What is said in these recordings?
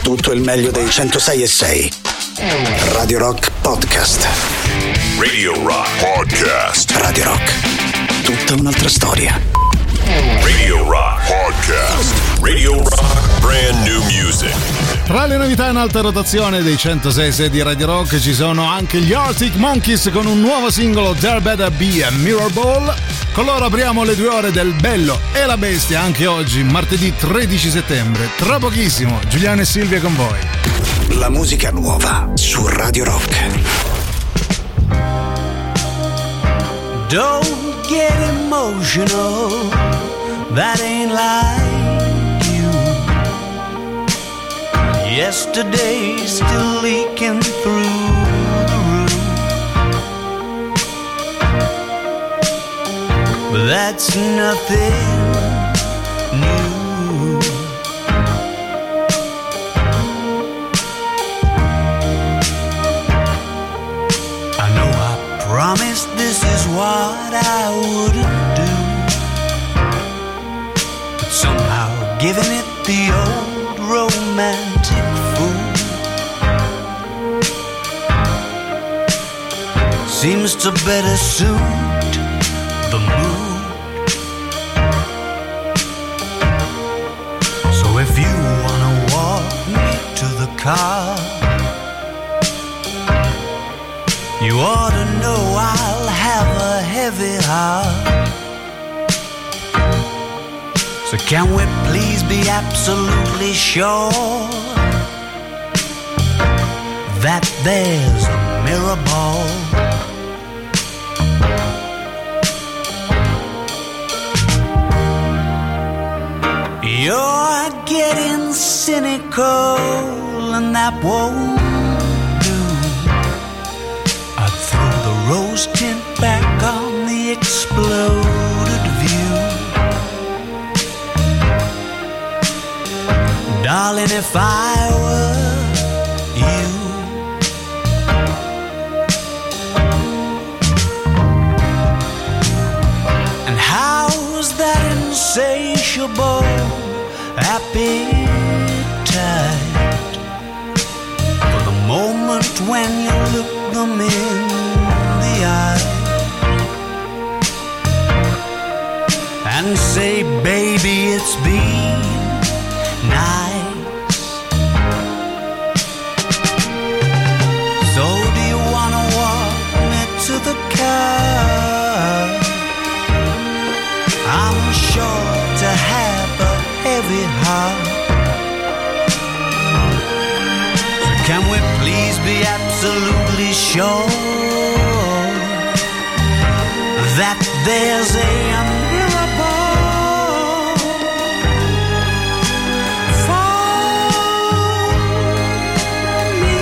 tutto il meglio dei 106.6. Radio Rock Podcast. Radio Rock Podcast. Radio Rock. Tutta un'altra storia. Radio Rock Podcast. Radio Rock Brand New Music. Tra le novità in alta rotazione dei 106.6 di Radio Rock ci sono anche gli Arctic Monkeys con un nuovo singolo, There Better Be a Mirror Ball. Con loro apriamo le 2 ore del Bello e la Bestia anche oggi, martedì 13 settembre. Tra pochissimo, Giuliano e Silvia con voi. La musica nuova su Radio Rock. Don't get emotional, that ain't like you. Yesterday's still leaking through the roof, but that's nothing new. I know I promised this is what I wouldn't do, but somehow giving it the old romantic fool seems to better suit the mood. So if you wanna walk me to the car, you ought to know I'll have a heavy heart. So can we please be absolutely sure that there's a mirror ball? You're getting cynical and that won't do. I'd throw the rose tint back on the exploded view. Darling, if I were you, and how's that insatiable appetite for the moment when you look them in the eye and say, baby, it's been nice. So do you wanna walk me to the car? I'm sure to have a heavy heart. So can we please be absolutely sure that there's a mirror ball for me?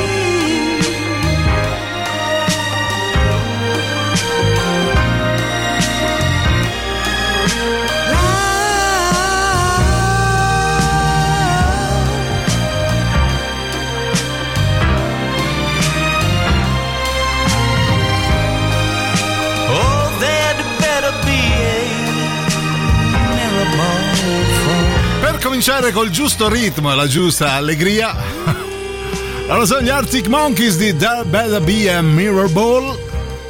Oh, there'd better be a mirror ball for Per cominciare col giusto ritmo e la giusta allegria, allora sono gli Arctic Monkeys di There Better Be a Mirror Ball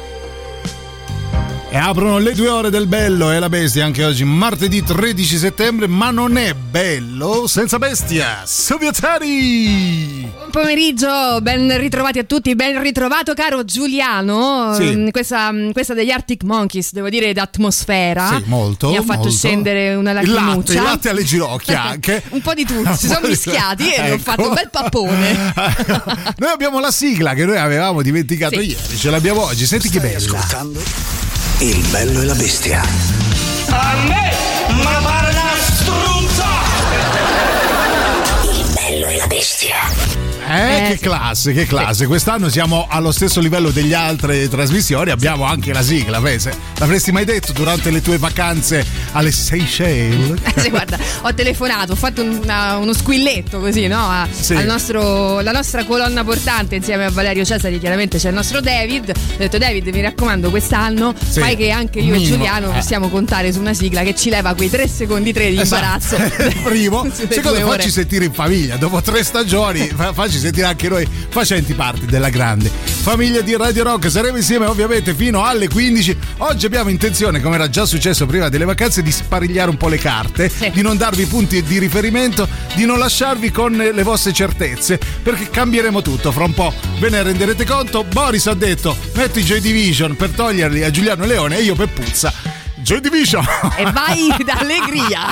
e aprono le 2 ore del Bello e la Bestia anche oggi, martedì 13 settembre, ma non è bello senza Bestia. Subiatari! Buon pomeriggio, ben ritrovati a tutti, ben ritrovato caro Giuliano. Sì. Questa degli Arctic Monkeys, devo dire d'atmosfera. Sì, molto. Mi ha fatto molto. scendere una Il lacrimuccia. latte alle ginocchia anche. Un po' di tutti, si sono mischiati e ho fatto un bel pappone. Noi abbiamo la sigla che noi avevamo dimenticato Sì. ieri, ce l'abbiamo oggi, senti che Stai bella. ascoltando Il Bello e la Bestia. A me, ma pare una struzza! Il Bello e la Bestia. Che classe, che classe. Quest'anno siamo allo stesso livello degli altre trasmissioni, abbiamo anche la sigla. L'avresti mai detto durante le tue vacanze alle Seychelles? Sì, guarda, ho telefonato, ho fatto uno squilletto così, no? Sì. La nostra colonna portante insieme a Valerio Cesari, chiaramente c'è il nostro David. Ho detto: David, mi raccomando, quest'anno fai che anche io e Giuliano possiamo contare su una sigla che ci leva quei 3 secondi 3 di imbarazzo. Primo, secondo, facci sentire in famiglia. Dopo 3 stagioni, facci sentire anche noi facenti parte della grande famiglia di Radio Rock. Saremo insieme ovviamente fino alle 15. Oggi abbiamo intenzione, come era già successo prima delle vacanze, di sparigliare un po' le carte, di non darvi punti di riferimento, di non lasciarvi con le vostre certezze, perché cambieremo tutto. Fra un po' ve ne renderete conto. Boris ha detto: metti Joy Division per toglierli a Giuliano Leone e io per puzza Joy Division. E vai d'allegria.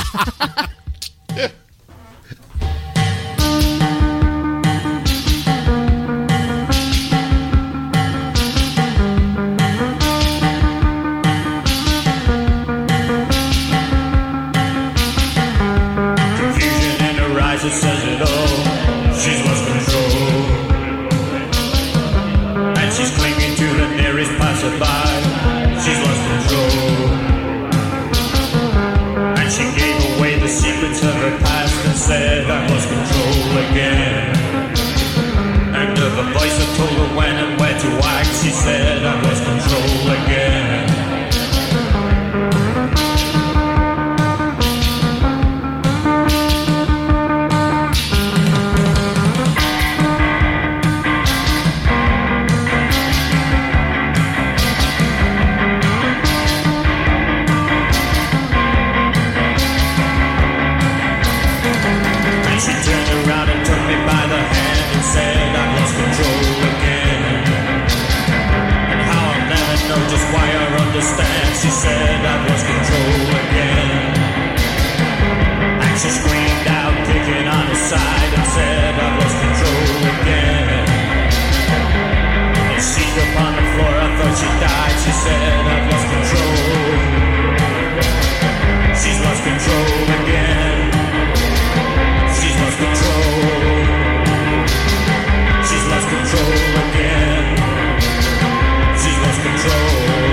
It says it all, she's lost control, and she's clinging to the nearest passerby. She's lost control, and she gave away the secrets of her past and said, I lost control again. And of a voice that told her when and where to act, she said, I lost control again. She said I lost control again, and she screamed out, kicking on her side, and said I lost control again. And she's upon the floor, I thought she died. She said I've lost control. She's lost control again. She's lost control. She's lost control again. She's lost control.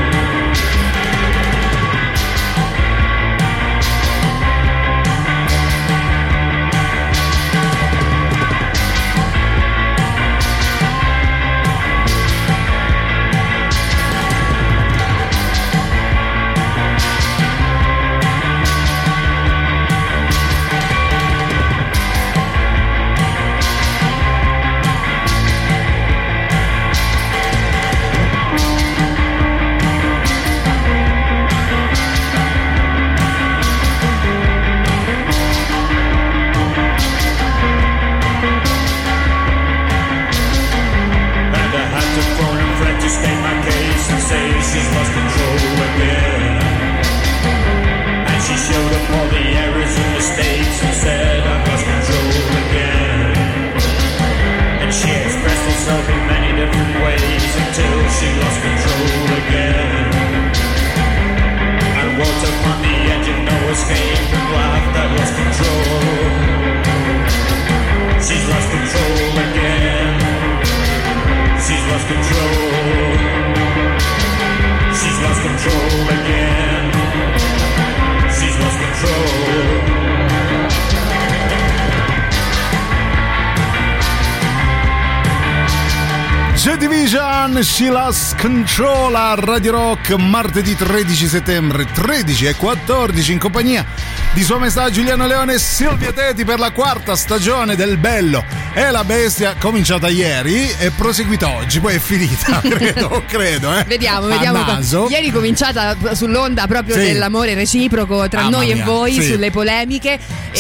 She Lost Control a Radio Rock martedì 13 settembre 13:14 in compagnia di Sua Maestà Giuliano Leone e Silvia Teti per la 4ª stagione del Bello e la Bestia, cominciata ieri e proseguita oggi, poi è finita, credo. Vediamo. Ieri cominciata sull'onda proprio dell'amore reciproco tra noi e voi, sulle polemiche.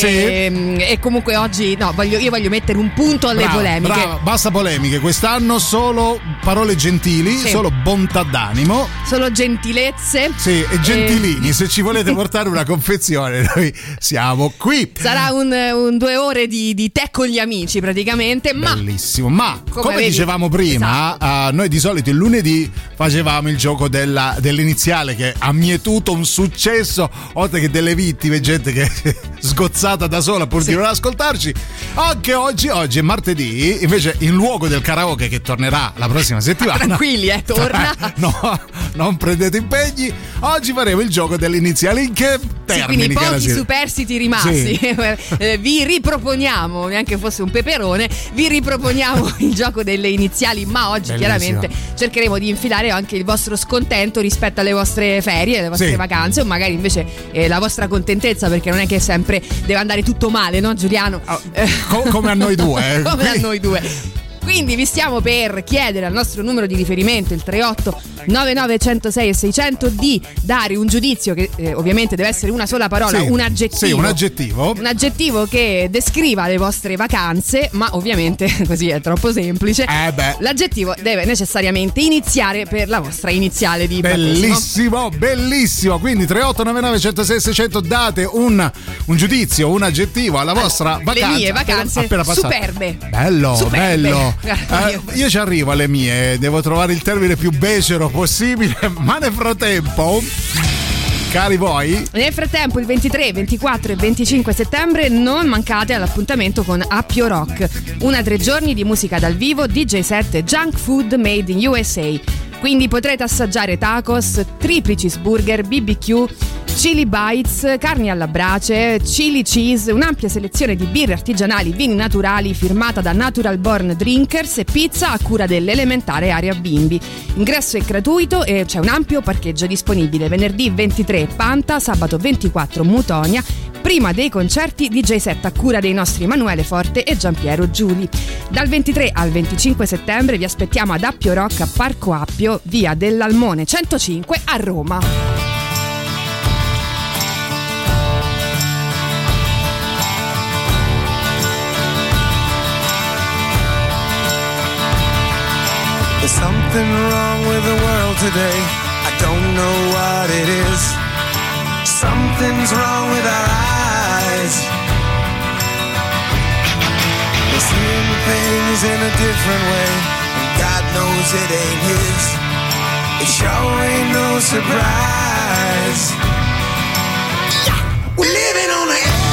E comunque oggi io voglio mettere un punto alle polemiche. Brava, basta polemiche. Quest'anno solo parole gentili, solo bontà d'animo, solo gentilezze. Sì, e gentilini. Se ci volete portare una confezione, noi siamo qui. Sarà un 2 ore di tè con gli amici praticamente. praticamente. Bellissimo. Ma come vedi, dicevamo prima, esatto. noi di solito il lunedì facevamo il gioco dell'iniziale, che ha mietuto un successo, oltre che delle vittime, gente che è sgozzata da sola pur di non ascoltarci. Anche oggi è martedì, invece in luogo del karaoke che tornerà la prossima settimana. Tranquilli, torna. No, non prendete impegni. Oggi faremo il gioco dell'iniziale. In che termini? Quindi pochi superstiti rimasti. Vi riproponiamo, neanche fosse un peperone, vi riproponiamo il gioco delle iniziali, ma oggi chiaramente cercheremo di infilare anche il vostro scontento rispetto alle vostre ferie, alle vostre vacanze, o magari invece la vostra contentezza, perché non è che sempre deve andare tutto male, no Giuliano? Come a noi due. Come a noi due. Quindi vi stiamo per chiedere al nostro numero di riferimento, il 38 99 106 e 600, di dare un giudizio che ovviamente deve essere una sola parola, un aggettivo. Sì, un aggettivo. Un aggettivo che descriva le vostre vacanze, ma ovviamente così è troppo semplice. L'aggettivo deve necessariamente iniziare per la vostra iniziale di battesimo. Bellissimo. Quindi 38 99 106 600, date un giudizio, un aggettivo alla vostra vacanza. Le mie vacanze appena passate. superbe. Bello. Io ci arrivo alle mie, devo trovare il termine più becero possibile, ma nel frattempo, cari voi, nel frattempo il 23, 24 e 25 settembre non mancate all'appuntamento con Appio Rock, 3 giorni di musica dal vivo, DJ set e junk food made in USA. Quindi potrete assaggiare tacos, tripli cheeseburger, BBQ, chili bites, carni alla brace, chili cheese, un'ampia selezione di birre artigianali, vini naturali firmata da Natural Born Drinkers e pizza a cura dell'elementare Area Bimbi. Ingresso è gratuito e c'è un ampio parcheggio disponibile. Venerdì 23 Panta, sabato 24 Mutonia. Prima dei concerti DJ set a cura dei nostri Emanuele Forte e Giampiero Giuli. Dal 23 al 25 settembre vi aspettiamo ad Appio Rock a Parco Appio, via dell'Almone 105 a Roma. There's something wrong with the world today. I don't know what it is. Something's wrong with our eyes. We're seeing things in a different way, and God knows it ain't His. It sure ain't no surprise. We're living on the edge.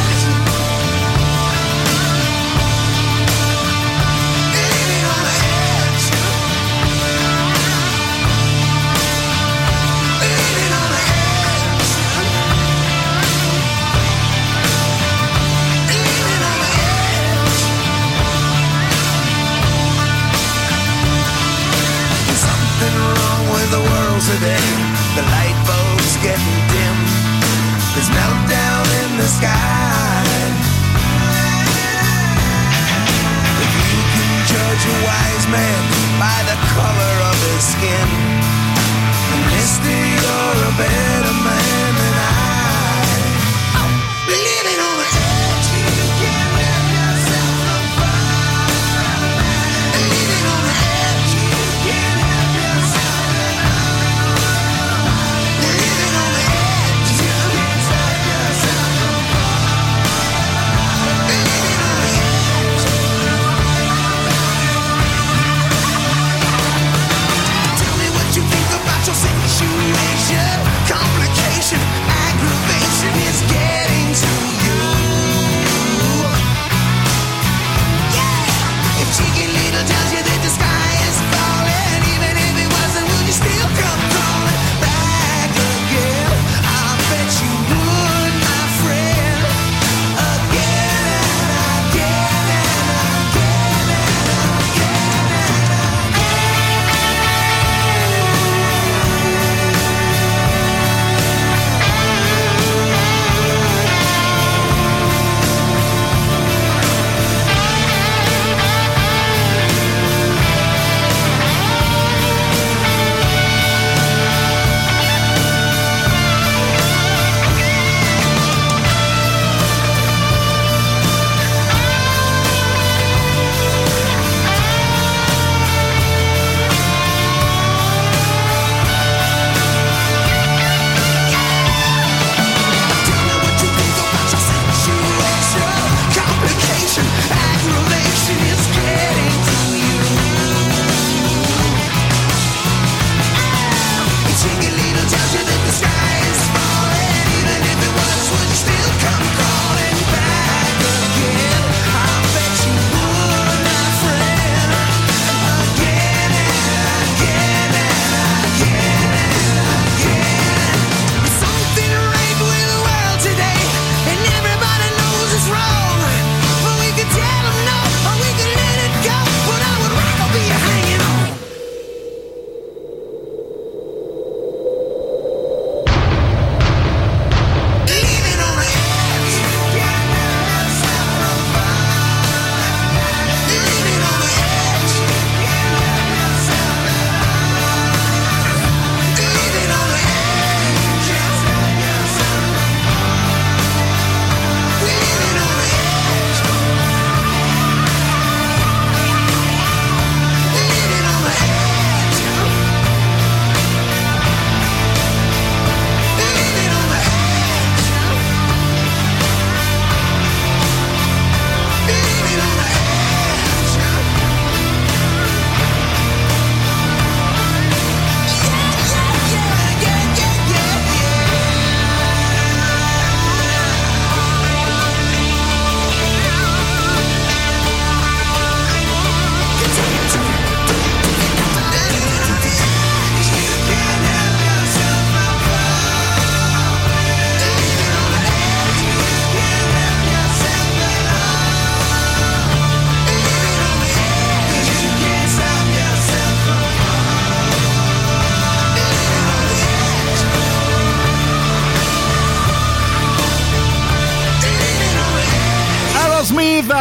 The world today, the light bulb's getting dim. There's meltdown in the sky. If you can judge a wise man by the color of his skin, then mister, you're a better man than I. Living on the edge, you can't let yourself apart. Living on the edge, you can't help yourself. Situation, complicated.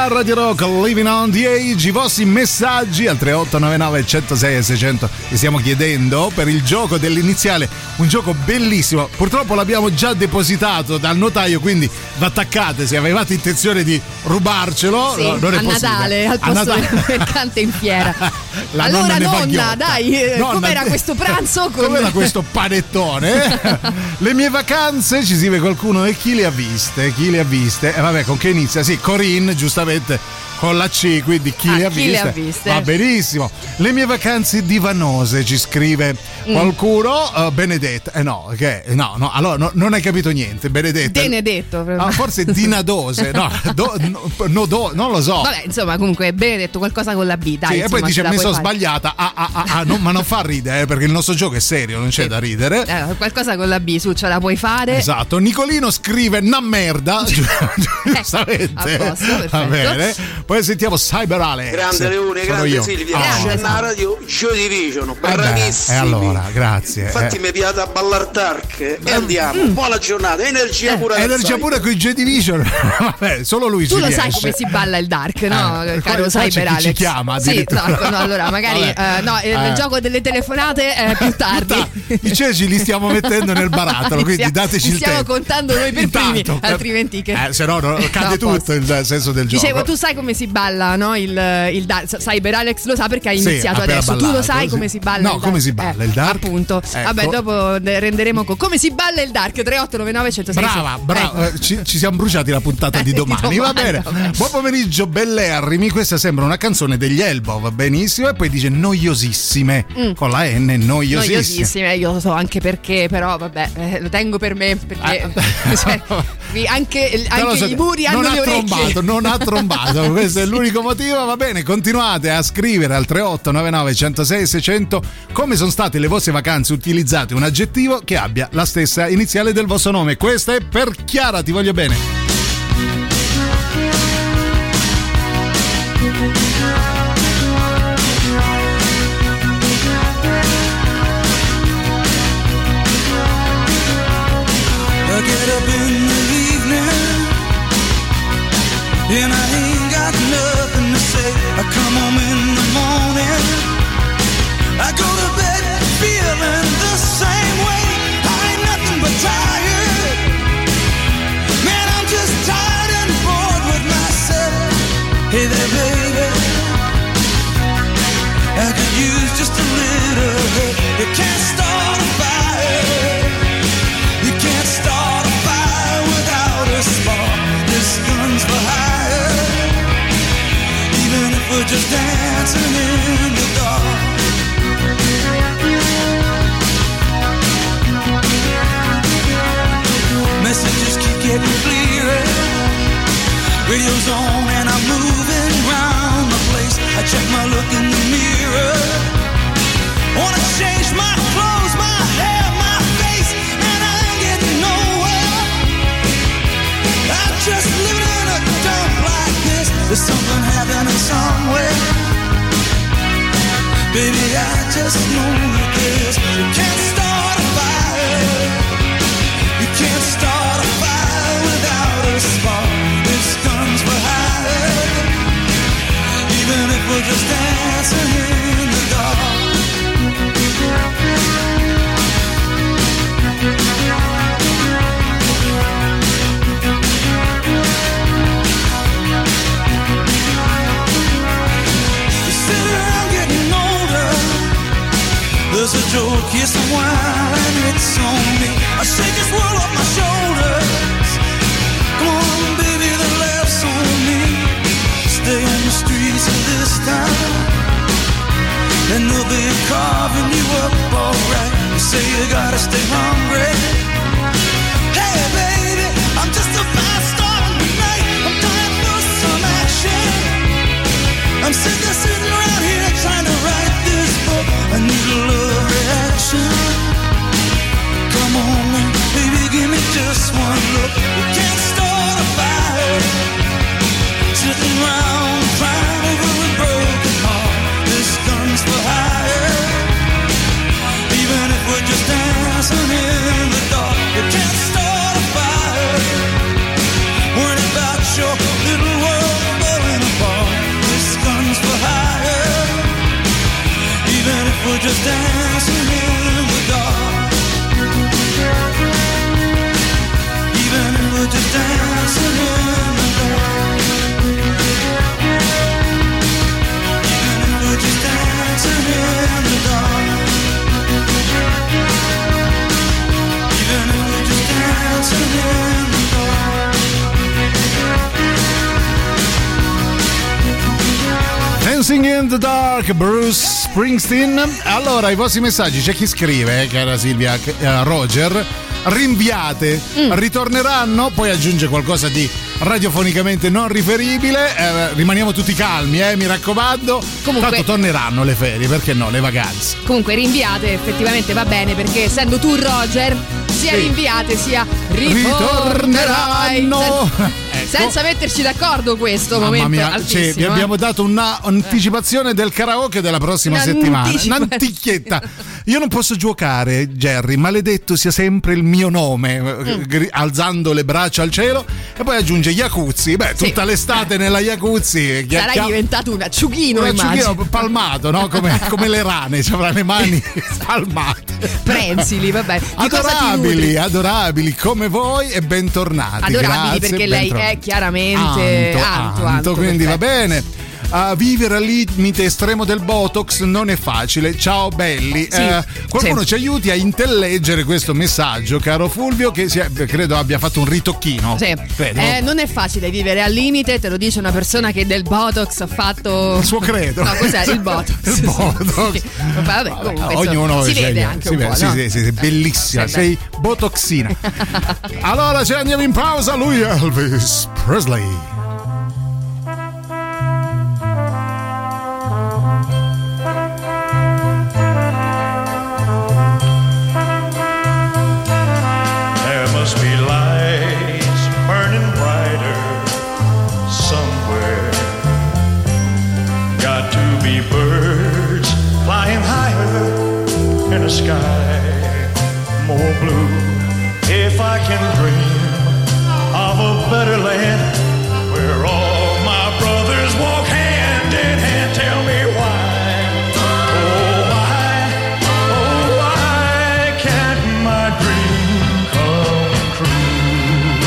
a Radio Rock, Living on the Age. I vostri messaggi al 3899 106 600. Vi stiamo chiedendo per il gioco dell'iniziale, un gioco bellissimo. Purtroppo l'abbiamo già depositato dal notaio, quindi attaccate se avevate intenzione di rubarcelo. Sì, non è a Natale, al posto del mercante in fiera. Allora nonna, dai, com'era questo pranzo? Com'era questo panettone? Le mie vacanze, ci scrive qualcuno, e chi le ha viste? Vabbè, con che inizia? Sì, Corinne, giustamente con la C, quindi chi le ha viste? Va benissimo. Le mie vacanze divanose, ci scrive qualcuno. Benedetta, no, allora non hai capito niente. Benedetto. Forse dinadose, non lo so. Vabbè, insomma, comunque Benedetto, qualcosa con la B, dai. Sì, insomma, e poi dice: mi sono sbagliata. Ma non fa ridere, perché il nostro gioco è serio, non c'è da ridere. Qualcosa con la B, su, ce la puoi fare. Esatto. Nicolino scrive una merda. Giustamente. A posto, va bene. Poi sentiamo Cyber Alex. Grande Leone, grande Silvia. C'è una radio Joy Division, bravissimi. E allora, grazie. Infatti mi piace a ballare dark e andiamo. Buona giornata, energia pura. Energia pura con i Joy Division. Vabbè, solo lui tu ci riesce. Tu lo sai come si balla il dark, no? Caro Cyber Alex. Ci chiama sì, no, allora magari il gioco delle telefonate più tardi. I ceci li stiamo mettendo nel barattolo, quindi dateci il tempo. Stiamo contando noi per primi, altrimenti che se no cade tutto il senso del gioco. Dicevo, tu sai come si balla, no? Il dark. Cyber Alex lo sa perché ha iniziato adesso. Tu lo sai come si balla? No, come si balla il dark? Appunto. Ecco. Vabbè, dopo renderemo come si balla il dark. 3899 106. Brava. Ecco. Ci siamo bruciati la puntata di domani. Va bene. Buon pomeriggio, bellerrimi. Questa sembra una canzone degli Elbow, va benissimo. E poi dice noiosissime con la N, noiosissime. Io lo so anche perché, però vabbè, lo tengo per me perché anche i muri hanno le orecchie. Non ha trombato. Questo è l'unico motivo. Va bene, continuate a scrivere al 3899 106 600 come sono state le vostre vacanze. Utilizzate un aggettivo che abbia la stessa iniziale del vostro nome. Questa è per Chiara, ti voglio bene. I get up in the evening and I ain't got nothing to say. I come home in the morning, I go to bed feeling the same way. I ain't nothing but tired. Man, I'm just tired and bored with myself. Hey there, baby, I could use just a little help. You can't start a fire. You can't start a fire without a spark. This gun's for hire. Even if we're just dancing in the dark. Messages keep getting clearer. Radio's on and I'm moving round the place. I check my look in the mirror. Wanna change my clothes, my hair, my face, and I ain't getting nowhere. I'm just living in a dump like this. There's something happening somewhere. Baby, I just know that this. You can't start a fire. You can't start a fire without a spark. This gun's for hire. Even if we're just dancing in the dark. You sit around getting older. There's a joke, yes, a while, and it's on me. I shake this world off my shoulders. Come on, baby, the laughs on me. Stay on the streets of this town, and they'll be carving you up alright. You say you gotta stay hungry. Hey, baby, I'm just a fast star tonight. I'm dying for some action. I'm sick of sitting around here trying to write this book. I need a love reaction. Come on, man, baby, give me just one look. You can't start a fire sitting around crying over a broken heart. This gun's for hire. Even if we're just dancing in the dark, you can't start a fire. Worrying about your little world falling we're just dancing in the dark. Even if we're just dancing in the dark. Even if we're just dancing in the dark. Even if we're just dancing in the dark. Dancing in the Dark, Bruce Springsteen. Allora, i vostri messaggi, c'è chi scrive, cara Silvia, Roger, rinviate, ritorneranno, poi aggiunge qualcosa di radiofonicamente non riferibile, rimaniamo tutti calmi, mi raccomando. Comunque, tanto torneranno le ferie, perché no, le vacanze. Comunque rinviate effettivamente va bene, perché essendo tu Roger, sia rinviate sia ritorneranno. Senza metterci d'accordo, questo Mamma momento mia, altissimo, vi abbiamo dato un'anticipazione del karaoke della prossima settimana. Un'antichietta. Io non posso giocare, Jerry, maledetto sia sempre il mio nome, alzando le braccia al cielo, e poi aggiunge Jacuzzi. Beh, tutta l'estate nella Jacuzzi. Sarai diventato un acciughino, palmato, no? Come le rane, ci avrà le mani palmate. Prensili, vabbè. Adorabili come voi, e bentornati. Adorabili. Grazie, perché lei è chiaramente Anto, quindi perfetto. Va bene. Vivere al limite estremo del Botox non è facile. Ciao belli. Qualcuno ci aiuti a intelleggere questo messaggio, caro Fulvio, che credo abbia fatto un ritocchino. Non è facile vivere al limite, te lo dice una persona che del Botox ha fatto il suo credo. No, cos'è? Il Botox. Il Botox. Sì. Vabbè, comunque, ognuno si vede anche un po', no? Sì, bellissima, sei botoxina. Allora ci andiamo in pausa, lui è Elvis Presley. Sky more blue. If I can dream of a better land where all my brothers walk hand in hand, tell me why, oh why can't my dream come true?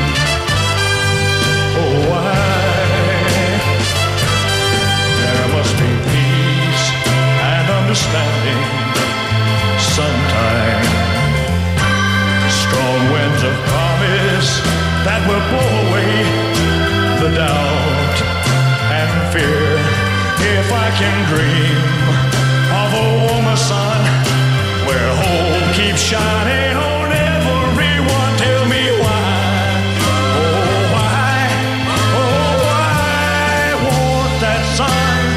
Oh why? There must be peace and understanding sometime, strong winds of promise that will blow away the doubt and fear. If I can dream of a warmer sun where hope keeps shining on everyone, tell me why, oh why won't that sun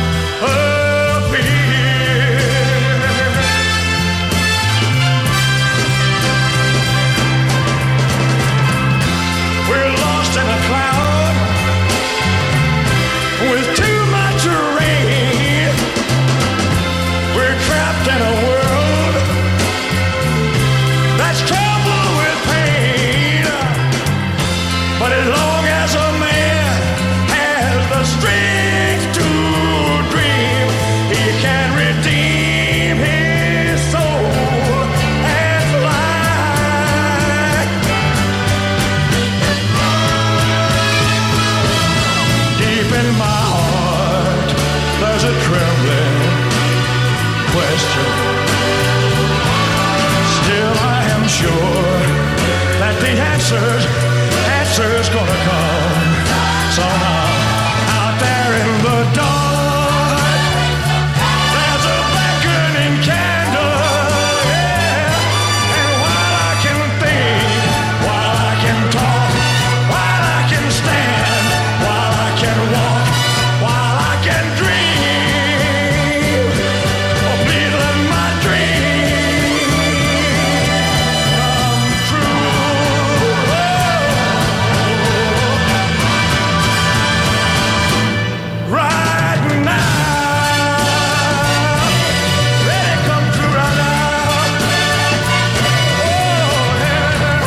answers gonna come somehow. Out there in the dark, there's a beckoning candle, yeah. And while I can think, while I can talk, while I can stand, while I can walk, while I can dream, oh please let my dream come true. Right now, let it come true right now. Oh, yeah.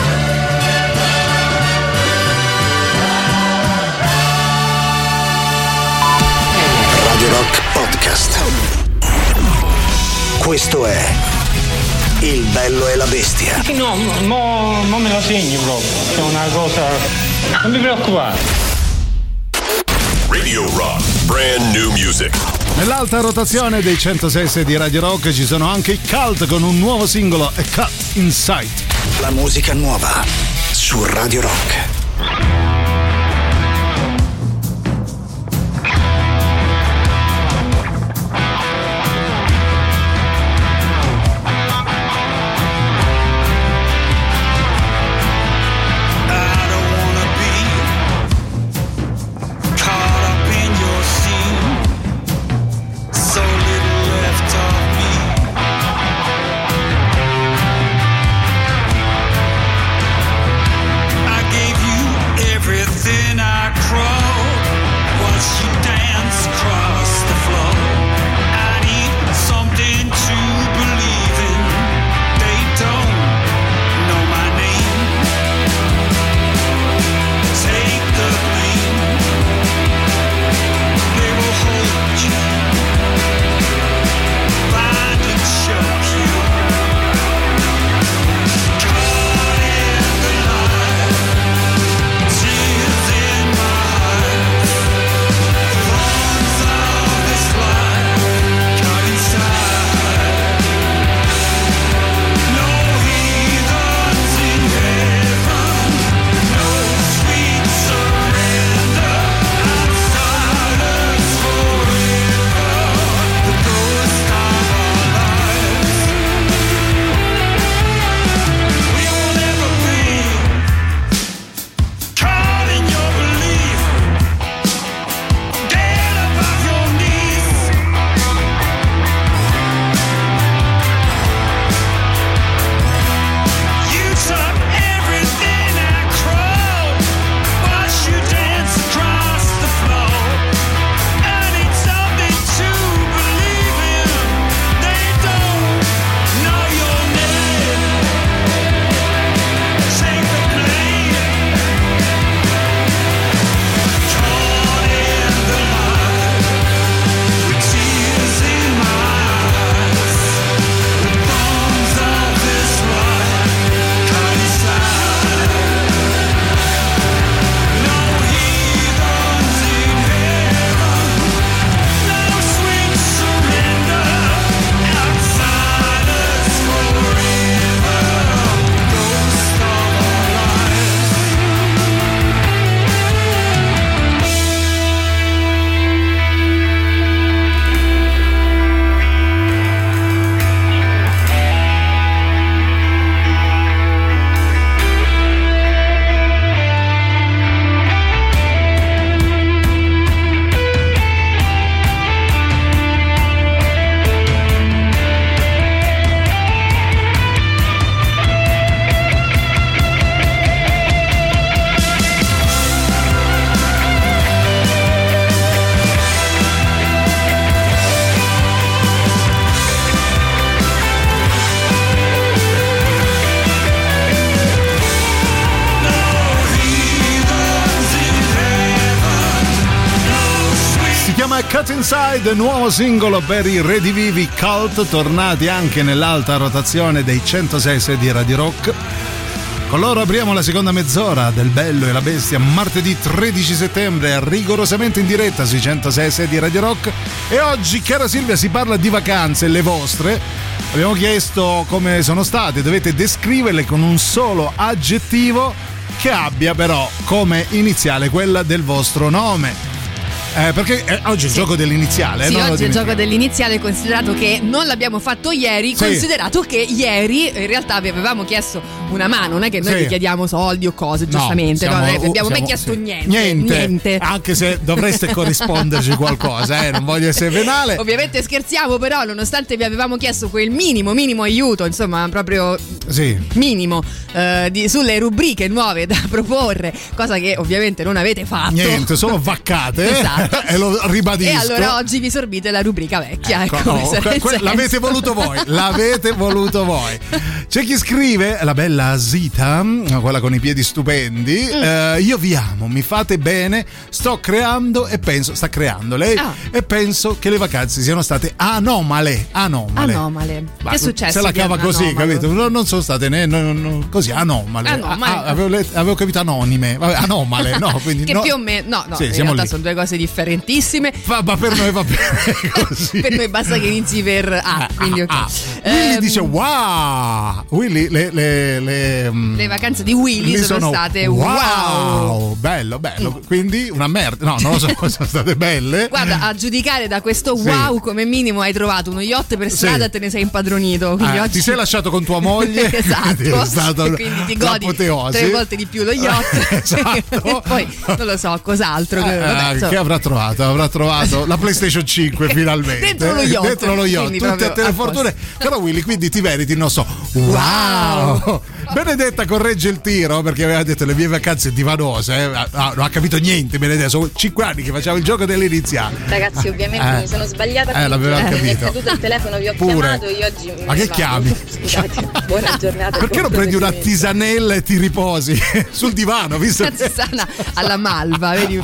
Radio Rock Podcast. Questo è Il Bello e la Bestia. No, non me la segni proprio. È una cosa. Non mi preoccupare. Radio Rock, brand new music. Nell'alta rotazione dei 106 di Radio Rock ci sono anche i Cult con un nuovo singolo, A Cut Inside. La musica nuova su Radio Rock. Cut Inside, nuovo singolo per i redivivi Cult, tornati anche nell'alta rotazione dei 106 di Radio Rock. Con loro apriamo la seconda mezz'ora del Bello e la Bestia, martedì 13 settembre, rigorosamente in diretta sui 106 di Radio Rock. E oggi, cara Silvia, si parla di vacanze, le vostre. Abbiamo chiesto come sono state, dovete descriverle con un solo aggettivo che abbia però come iniziale quella del vostro nome. Perché oggi è il gioco dell'iniziale. Sì, oggi è il gioco dell'iniziale, considerato che non l'abbiamo fatto ieri, sì. Considerato che ieri in realtà vi avevamo chiesto una mano, non è che noi vi chiediamo soldi o cose, giustamente, no, non abbiamo mai chiesto niente. Anche se dovreste corrisponderci qualcosa, non voglio essere venale. Ovviamente scherziamo, però nonostante vi avevamo chiesto quel minimo aiuto, insomma proprio minimo sulle rubriche nuove da proporre, cosa che ovviamente non avete fatto. Niente, solo vaccate. Esatto. E lo ribadisco. E allora oggi vi sorbite la rubrica vecchia. L'avete voluto voi. C'è chi scrive, la bella Zita, quella con i piedi stupendi, io vi amo, mi fate bene, sta creando e penso che le vacanze siano state anomale. Che è successo? Se la cava così, capito? Non sono state così anomale. Avevo capito anonime. Vabbè, anomale, no? Quindi che più o meno in realtà sono due cose differentissime. Ma per noi va bene così. Per noi basta che inizi per A, quindi ok. Willy dice wow. Willy le vacanze di Willy sono state wow. Bello. Quindi una merda. No, non lo so, sono state belle. Guarda, a giudicare da questo wow, come minimo hai trovato uno yacht per strada e te ne sei impadronito. Oggi... Ti sei lasciato con tua moglie. Esatto. È stato e quindi ti godi 3 volte di più lo yacht. Esatto. E poi non lo so cos'altro. Che avrà trovato la PlayStation 5 finalmente dentro lo yacht tutte a te le fortune. Però Willy, quindi ti meriti il nostro wow. Benedetta corregge il tiro perché aveva detto le mie vacanze divanose. Non ha capito niente. Benedetta, sono 5 anni che facciamo il gioco delle iniziali. Ragazzi, ovviamente mi sono sbagliata. L'avevamo capito. Mi è caduto il telefono, vi ho chiamato. Io oggi ma che chiami? Scusate, buona giornata. Perché non prendi una tisanella e ti riposi sul divano? Visto una tisana alla malva, vedi?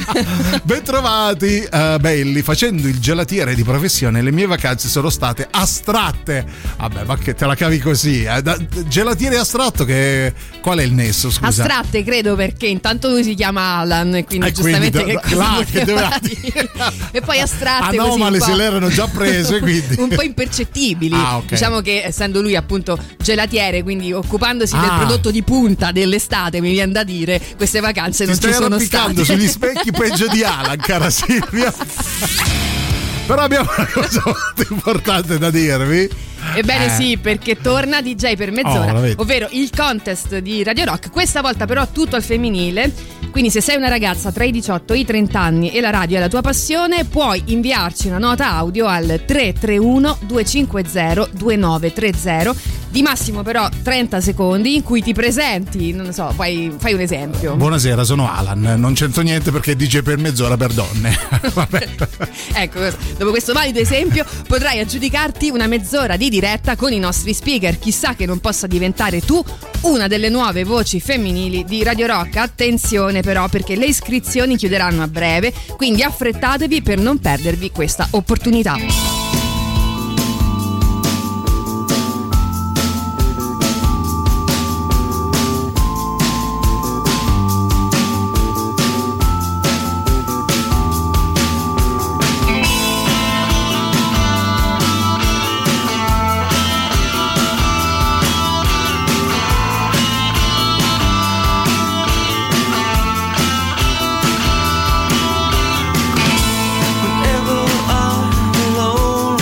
Bentrovati, belli. Facendo il gelatiere di professione, le mie vacanze sono state astratte. Vabbè, ma che te la cavi così? Gelatiere astratto, qual è il nesso? Scusa. Astratte, credo, perché intanto lui si chiama Alan, e quindi giustamente che cosa dire? E poi astratte anomale così se le erano già prese, quindi un po' impercettibili. Okay. Diciamo che essendo lui appunto gelatiere, quindi occupandosi del prodotto di punta dell'estate, mi viene da dire, queste vacanze non ci sono state. Stai arrampicando sugli specchi peggio di Alan, cara Silvia. Però abbiamo una cosa molto importante da dirvi. Ebbene sì, perché torna DJ per mezz'ora, ovvero il contest di Radio Rock, questa volta però tutto al femminile. Quindi se sei una ragazza tra i 18 e i 30 anni e la radio è la tua passione, puoi inviarci una nota audio al 331 250 2930, di massimo però 30 secondi, in cui ti presenti, non so, fai un esempio. Buonasera, sono Alan, non c'entro niente perché DJ per mezz'ora per donne. Vabbè. Ecco, dopo questo valido esempio potrai aggiudicarti una mezz'ora di diretta con i nostri speaker. Chissà che non possa diventare tu una delle nuove voci femminili di Radio Rock. Attenzione però, perché le iscrizioni chiuderanno a breve, quindi affrettatevi per non perdervi questa opportunità. Whenever I'm alone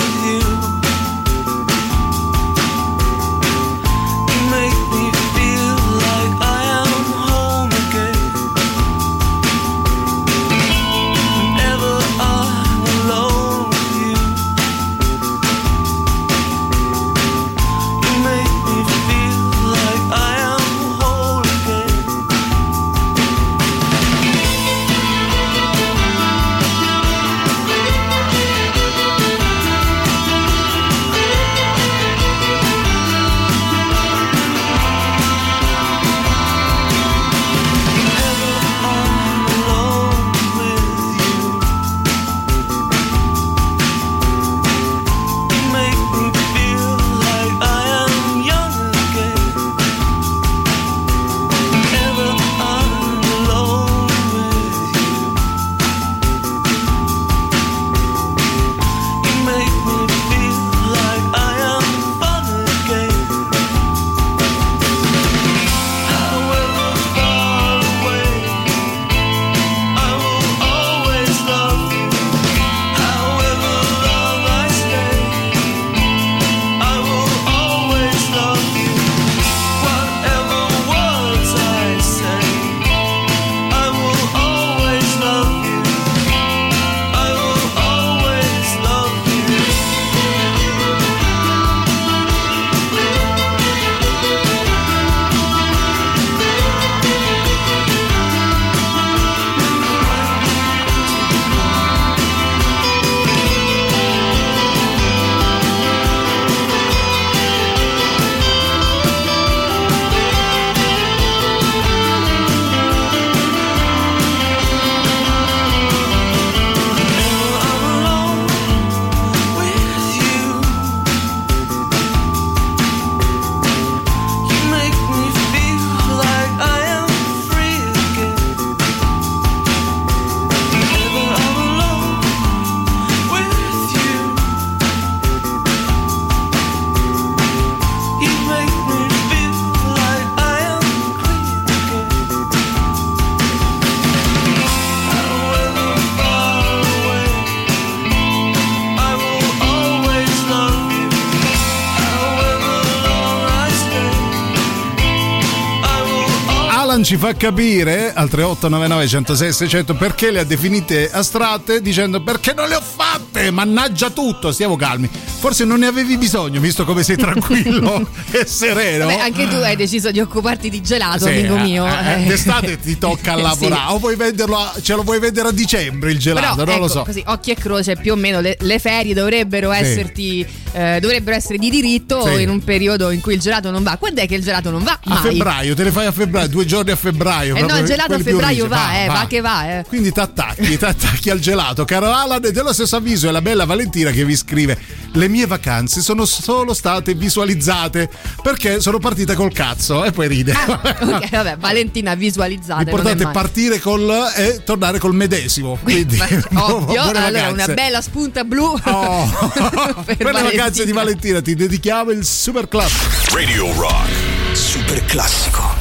ci fa capire al 3899 106 600 perché le ha definite astratte, dicendo perché non le ho fatte, mannaggia tutto, stiamo calmi. Forse non ne avevi bisogno, visto come sei tranquillo e sereno. Vabbè, anche tu hai deciso di occuparti di gelato, sì, amico mio. D'estate ti tocca lavorare, sì. O vuoi venderlo ce lo vuoi vendere a dicembre il gelato? Però, non ecco, lo so. Così, occhi e croce, più o meno le ferie dovrebbero esserti dovrebbero essere di diritto, sì, in un periodo in cui il gelato non va. Quando è che il gelato non va? Mai. A febbraio, te le fai a febbraio, 2 giorni a febbraio. No, il gelato a febbraio va che va. Quindi t'attacchi al gelato. Caro Alan, e dello stesso avviso è la bella Valentina che vi scrive: le mie vacanze sono solo state visualizzate perché sono partita col cazzo, e poi ride. Ok, vabbè, Valentina visualizzate. L'importante è partire e tornare col medesimo. Quindi ovvio. Allora una bella spunta blu per le vacanze di Valentina ti dedichiamo il super classico. Radio Rock super classico.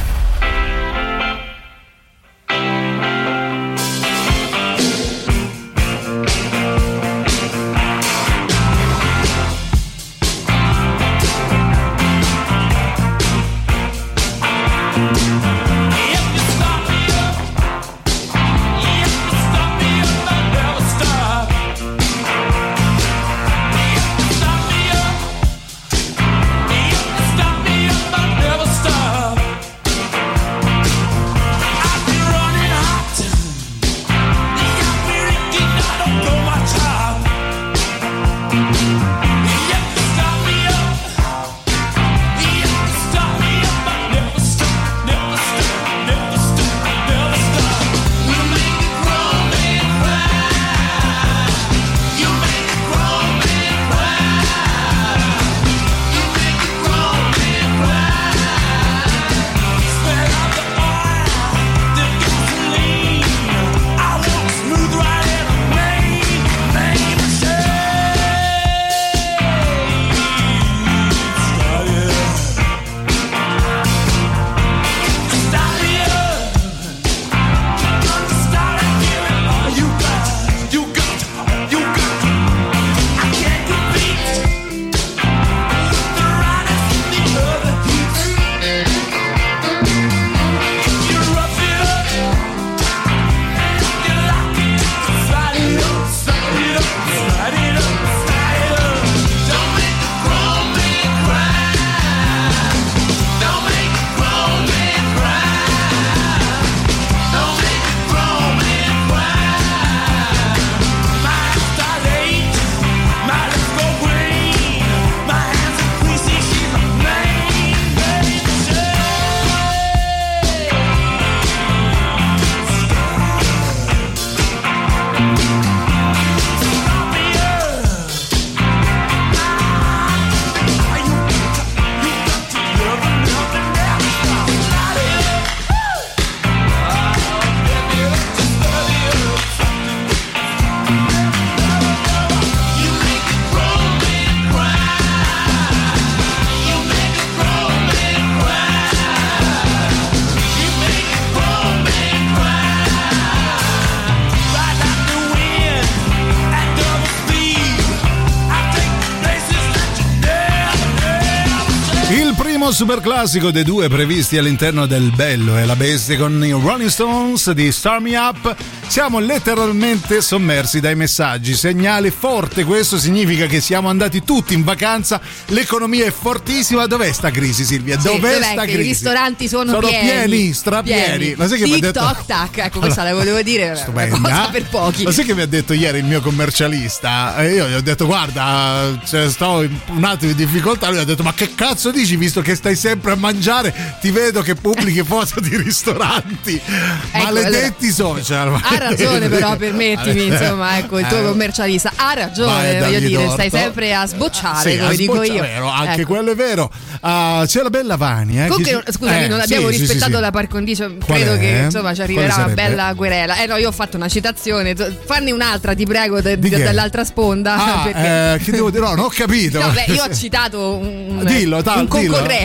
Super classico dei due previsti all'interno del Bello e la Bestia con i Rolling Stones di Start Me Up. Siamo letteralmente sommersi dai messaggi, segnale forte, questo significa che siamo andati tutti in vacanza, l'economia è fortissima. Dov'è sta crisi, Silvia? Dov'è sta crisi? I ristoranti sono pieni, strapieni. Ma sai che mi ha detto? Tac, ecco, questa la volevo dire, una cosa per pochi. Ma sai che mi ha detto ieri il mio commercialista? Io gli ho detto guarda, sto un attimo in difficoltà, lui ha detto ma che cazzo dici, visto che stai sempre a mangiare, ti vedo che pubblichi foto di ristoranti. Ecco, maledetti allora, social. Ha ragione, però permettimi, insomma, ecco, il tuo commercialista ha ragione, voglio dire, torto. Stai sempre a sbocciare, come dico io. Vero, anche ecco. Quello è vero. C'è la bella Vania. Comunque, scusami, non abbiamo rispettato la par condicio. Credo che insomma ci arriverà una bella querela. No, io ho fatto una citazione. Fanne un'altra, ti prego, dall'altra sponda. Che devo dire? No, non ho capito. No, beh, io ho citato un dillo. concorrente.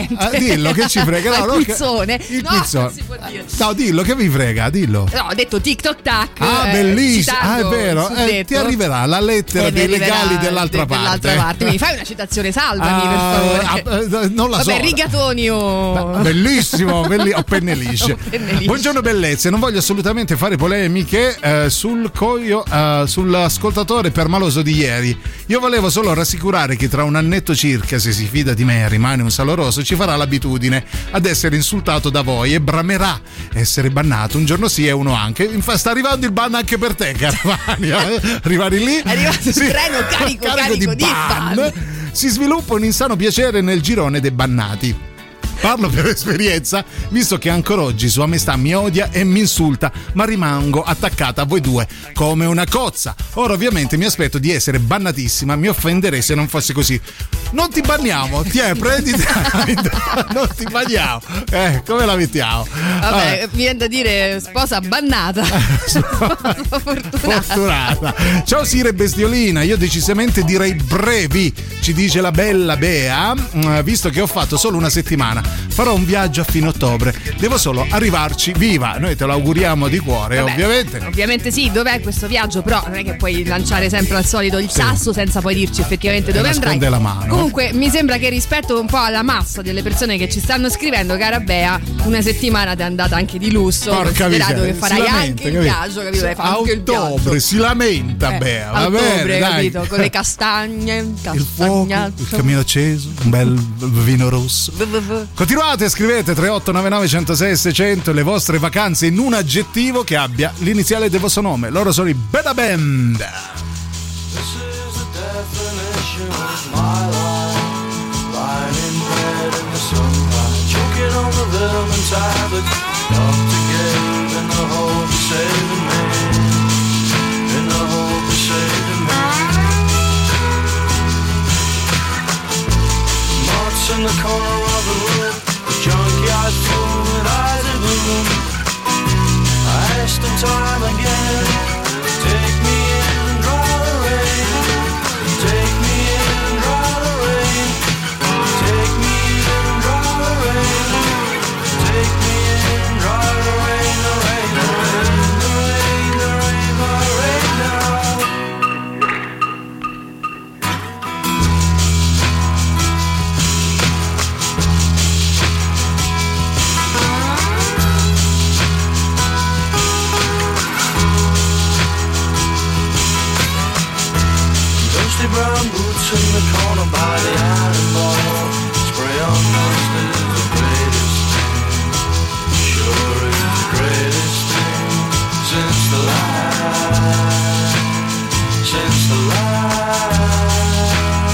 niente. Dillo, che ci frega. No, il quizzone. Non si può dire. No, dillo, che vi frega, dillo. No, ho detto TikTok tac. Bellissimo. È vero. Ti arriverà la lettera dei legali dell'altra parte. Quindi fai una citazione, salvami per favore. Non la so. Vabbè, rigatoni o... Bellissimo, o penne lisce. Buongiorno bellezze, non voglio assolutamente fare polemiche sull'ascoltatore permaloso di ieri. Io volevo solo rassicurare che tra un annetto circa, se si fida di me, rimane un saloroso, ci farà l'abitudine ad essere insultato da voi e bramerà essere bannato un giorno sì e uno anche. Infatti sta arrivando il ban anche per te, Caravani. Arrivare lì, è arrivato il treno carico di ban. Si sviluppa un insano piacere nel girone dei bannati. Parlo per esperienza, visto che ancora oggi sua maestà mi odia e mi insulta, ma rimango attaccata a voi due come una cozza. Ora ovviamente mi aspetto di essere bannatissima, mi offenderei se non fosse così. Non ti banniamo, prenditi, non ti banniamo. Come la mettiamo? Vabbè, mi viene da dire sposa bannata. Fortunata. Ciao Sire Bestiolina, io decisamente direi brevi, ci dice la bella Bea, visto che ho fatto solo una settimana. Farò un viaggio a fine ottobre, devo solo arrivarci viva. Noi te lo auguriamo di cuore. Vabbè, ovviamente sì. Dov'è questo viaggio? Però non è che puoi lanciare sempre al solito il sasso senza poi dirci effettivamente dove andrai. La mano. Comunque mi sembra che rispetto un po' alla massa delle persone che ci stanno scrivendo, cara Bea, una settimana ti è andata anche di lusso. Porca considerato che farai anche il viaggio, capito? A ottobre si lamenta Bea, va bene, capito? Con le castagne, il fuoco, il camino acceso, un bel vino rosso. Continuate, scrivete 3899 106 600 le vostre vacanze in un aggettivo che abbia l'iniziale del vostro nome. Loro sono i Beda Band. This is the definition of my life. Lying in bed in the sunlight, choking on the vermin tablet. Dr. Gabe in the hope of saving me. In the hope of saving me. Moths in the corner of the room. Junkyard full with eyes of gloom. I asked him time again, take me in, draw the rain. Take me in, draw the rain. Take me in, draw the rain. Take me in, draw the rain, the rain, the rain, the rain, the rain, the rain now. Brown boots in the corner by the iron ball. Spray on dust is the greatest thing. Sure is the greatest thing since the light. Since the light.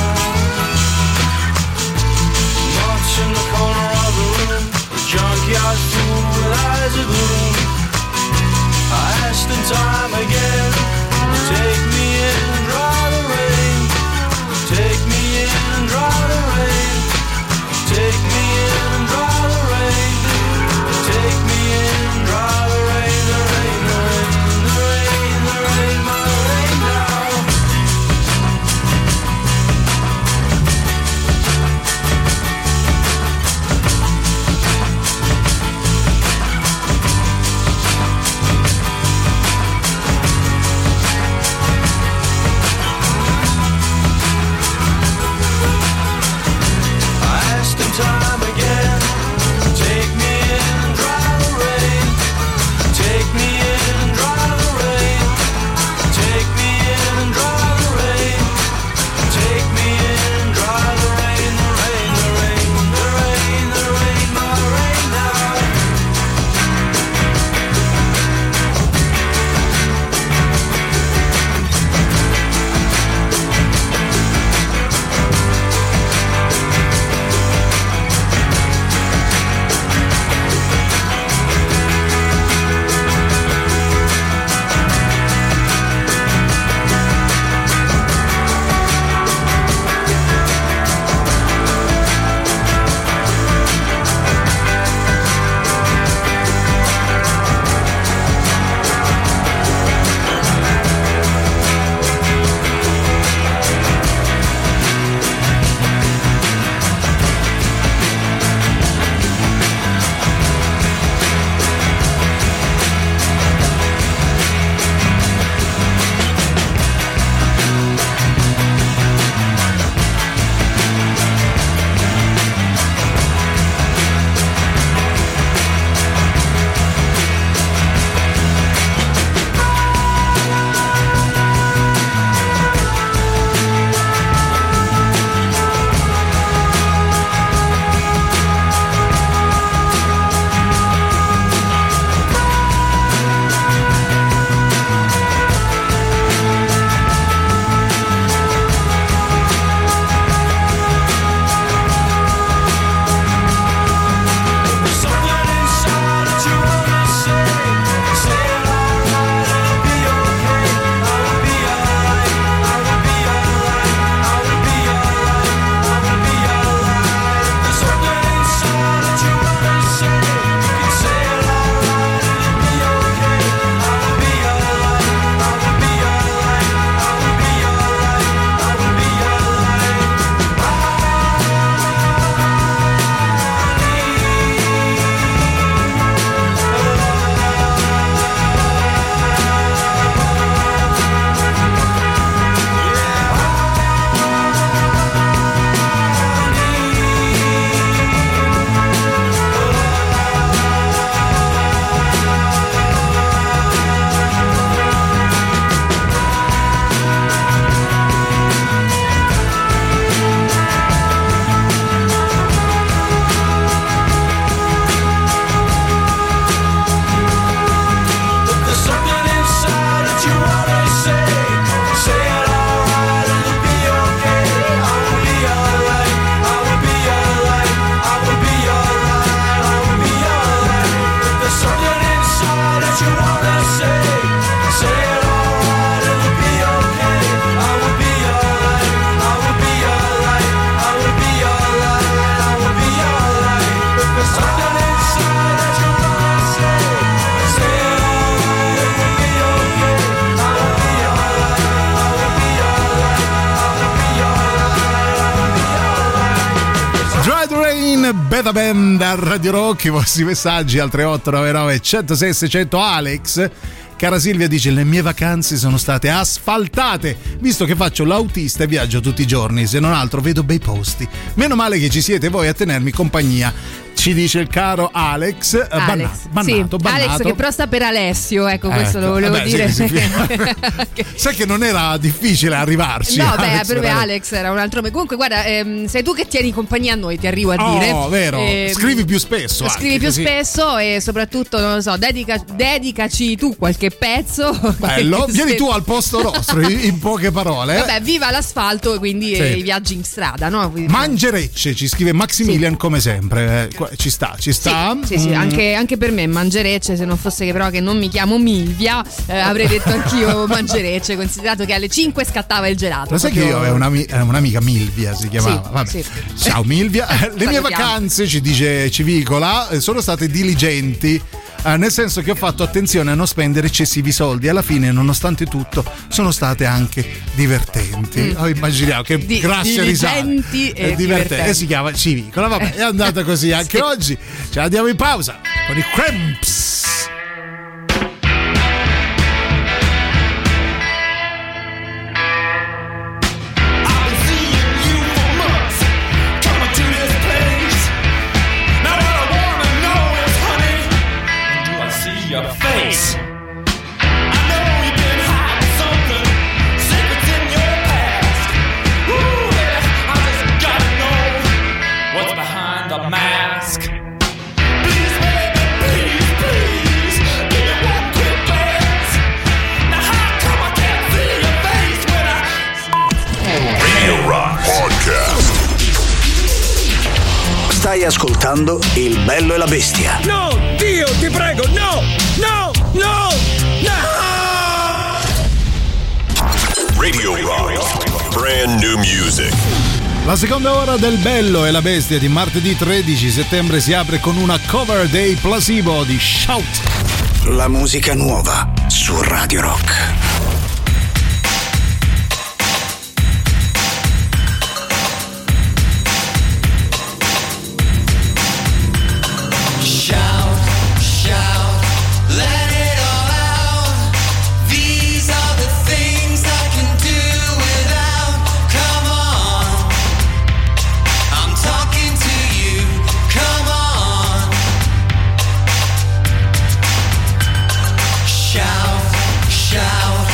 Moths in the corner of the room. The junkyard fool with eyes of gloom. I asked in time again, take me in, draw the rain. Take me in, draw the rain. Take me in, draw the rain. Take me in, draw the rain, the rain, the rain, the rain, the rain, my rain now. Train Beta Band a Radio Rock. I vostri messaggi al 3899 106 600. Alex, cara Silvia, dice: le mie vacanze sono state asfaltate, visto che faccio l'autista e viaggio tutti i giorni, se non altro vedo bei posti. Meno male che ci siete voi a tenermi compagnia, ci dice il caro Alex. Bannato. Alex, che però sta per Alessio, ecco, questo lo volevo dire. Sì. Sai che non era difficile arrivarci. No, per me Alex era un altro. Comunque, guarda, sei tu che tieni compagnia a noi, ti arrivo a dire. Oh, vero. Scrivi più spesso. Scrivi più spesso e soprattutto, non lo so, dedicaci tu qualche pezzo. Bello, vieni tu al posto nostro, in poche parole. Vabbè, viva l'asfalto e quindi i viaggi in strada, no? Mangerecce, ci scrive Maximilian, come sempre. Ci sta. Sì, anche per me mangerecce, se non fosse che però che non mi chiamo Milvia, avrei detto anch'io mangerecce, considerato che alle 5 scattava il gelato. Lo sai che io avevo un'amica Milvia, si chiamava. Sì, vabbè. sì. Ciao Milvia. Le mie vacanze, ci dice Civicola, sono state diligenti. Nel senso che ho fatto attenzione a non spendere eccessivi soldi. Alla fine, nonostante tutto, sono state anche divertenti. Immaginiamo che grazie diligenti e divertenti. Si chiama Civicola. Vabbè, è andata così anche oggi. Ce la diamo in pausa con i Cramps. Your face. I know you've been hiding something, secrets in your past. Ooh, yeah, I just gotta know what's behind the mask. Please, baby, please, give me one quick glance. Now how come I can't see your face when I... Radio Rock Podcast. Stai ascoltando Il Bello e la Bestia. No, Dio, ti prego, no! Radio Rock, brand new music. La seconda ora del Bello e la Bestia di martedì 13 settembre si apre con una cover dei Placebo di Shout. La musica nuova su Radio Rock. Shout,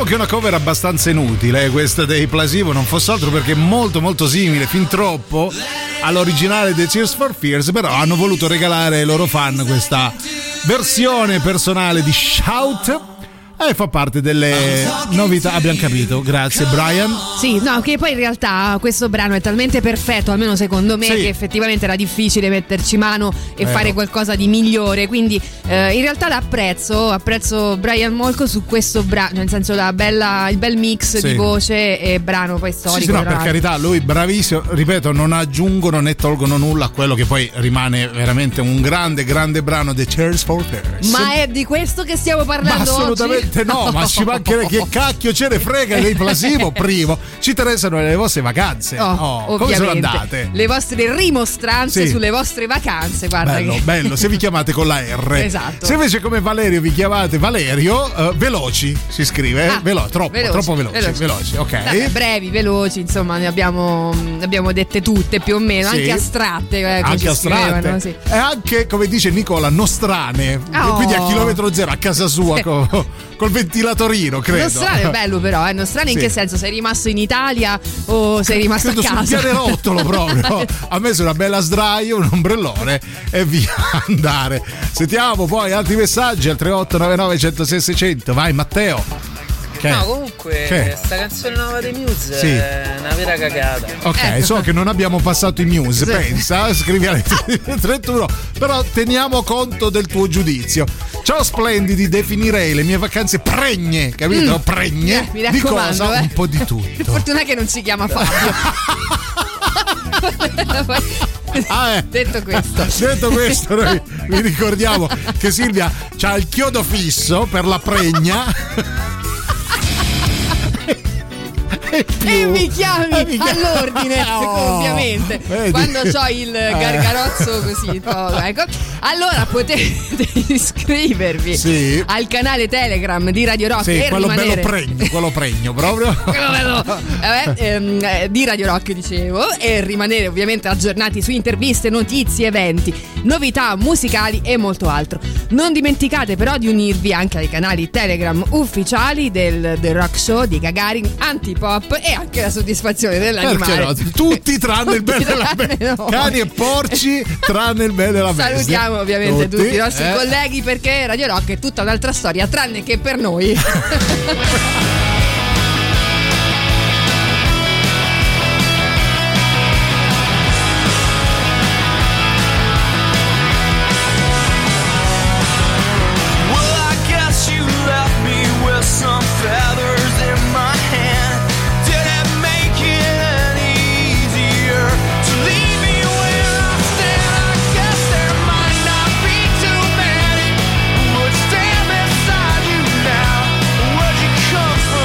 che è una cover abbastanza inutile, questa dei Plasivo, non fosse altro perché è molto molto simile, fin troppo, all'originale dei Tears for Fears, però hanno voluto regalare ai loro fan questa versione personale di Shout. E fa parte delle novità, abbiamo capito, grazie Brian. Sì, no, che poi in realtà questo brano è talmente perfetto, almeno secondo me, che effettivamente era difficile metterci mano e fare qualcosa di migliore, quindi in realtà apprezzo Brian Molko su questo brano, nel senso il bel mix di voce e brano poi storico. Sì, no, per carità, lui bravissimo, ripeto, non aggiungono né tolgono nulla a quello che poi rimane veramente un grande brano dei Tears for Fears. Ma è di questo che stiamo parlando assolutamente oggi? No, ma ci mancherebbe, che cacchio ce ne frega dei Plasivo. Primo, ci interessano le vostre vacanze. Come sono andate? Le vostre rimostranze sulle vostre vacanze, guarda. Bello, se vi chiamate con la R. Esatto. Se invece come Valerio vi chiamate Valerio, veloci si scrive, troppo veloci, ok. Vabbè, brevi, veloci, insomma, ne abbiamo dette tutte più o meno, anche astratte, anche astratte. Sì. E anche, come dice Nicola, nostrane, quindi a chilometro zero a casa sua col ventilatorino, credo. Nostrane è bello, però, Nostrane in che senso? Sei rimasto in Italia o sei rimasto a casa? Sul pianerottolo proprio. A me su una bella sdraio, un ombrellone e via andare. Sentiamo poi altri messaggi al 3899 106 600. Vai Matteo. No, comunque sta canzone nuova dei Muse è una vera cagata. Ok, so che non abbiamo passato i Muse, pensa, scrivi alle 31, però teniamo conto del tuo giudizio. Ciao splendidi, definirei le mie vacanze pregne, capito? Pregne mi di cosa? Un po' di tutto. Fortuna che non si chiama Fabio. Detto questo, noi vi ricordiamo che Silvia c'ha il chiodo fisso per la pregna. E mi chiami all'ordine, ovviamente. Vedi? Quando c'ho il gargarozzo così, ecco. Allora potete iscrivervi al canale Telegram di Radio Rock e quello rimanere quello pregno proprio di Radio Rock, dicevo, e rimanere ovviamente aggiornati su interviste, notizie, eventi, novità musicali e molto altro. Non dimenticate però di unirvi anche ai canali Telegram ufficiali del Rock Show di Gagarin, Antipop e anche la soddisfazione dell'animale. No, tutti tranne il bene e la bestia. Cani e porci tranne il bene e la bestia. Salutiamo ovviamente tutti i nostri colleghi, perché Radio Rock è tutta un'altra storia tranne che per noi. Come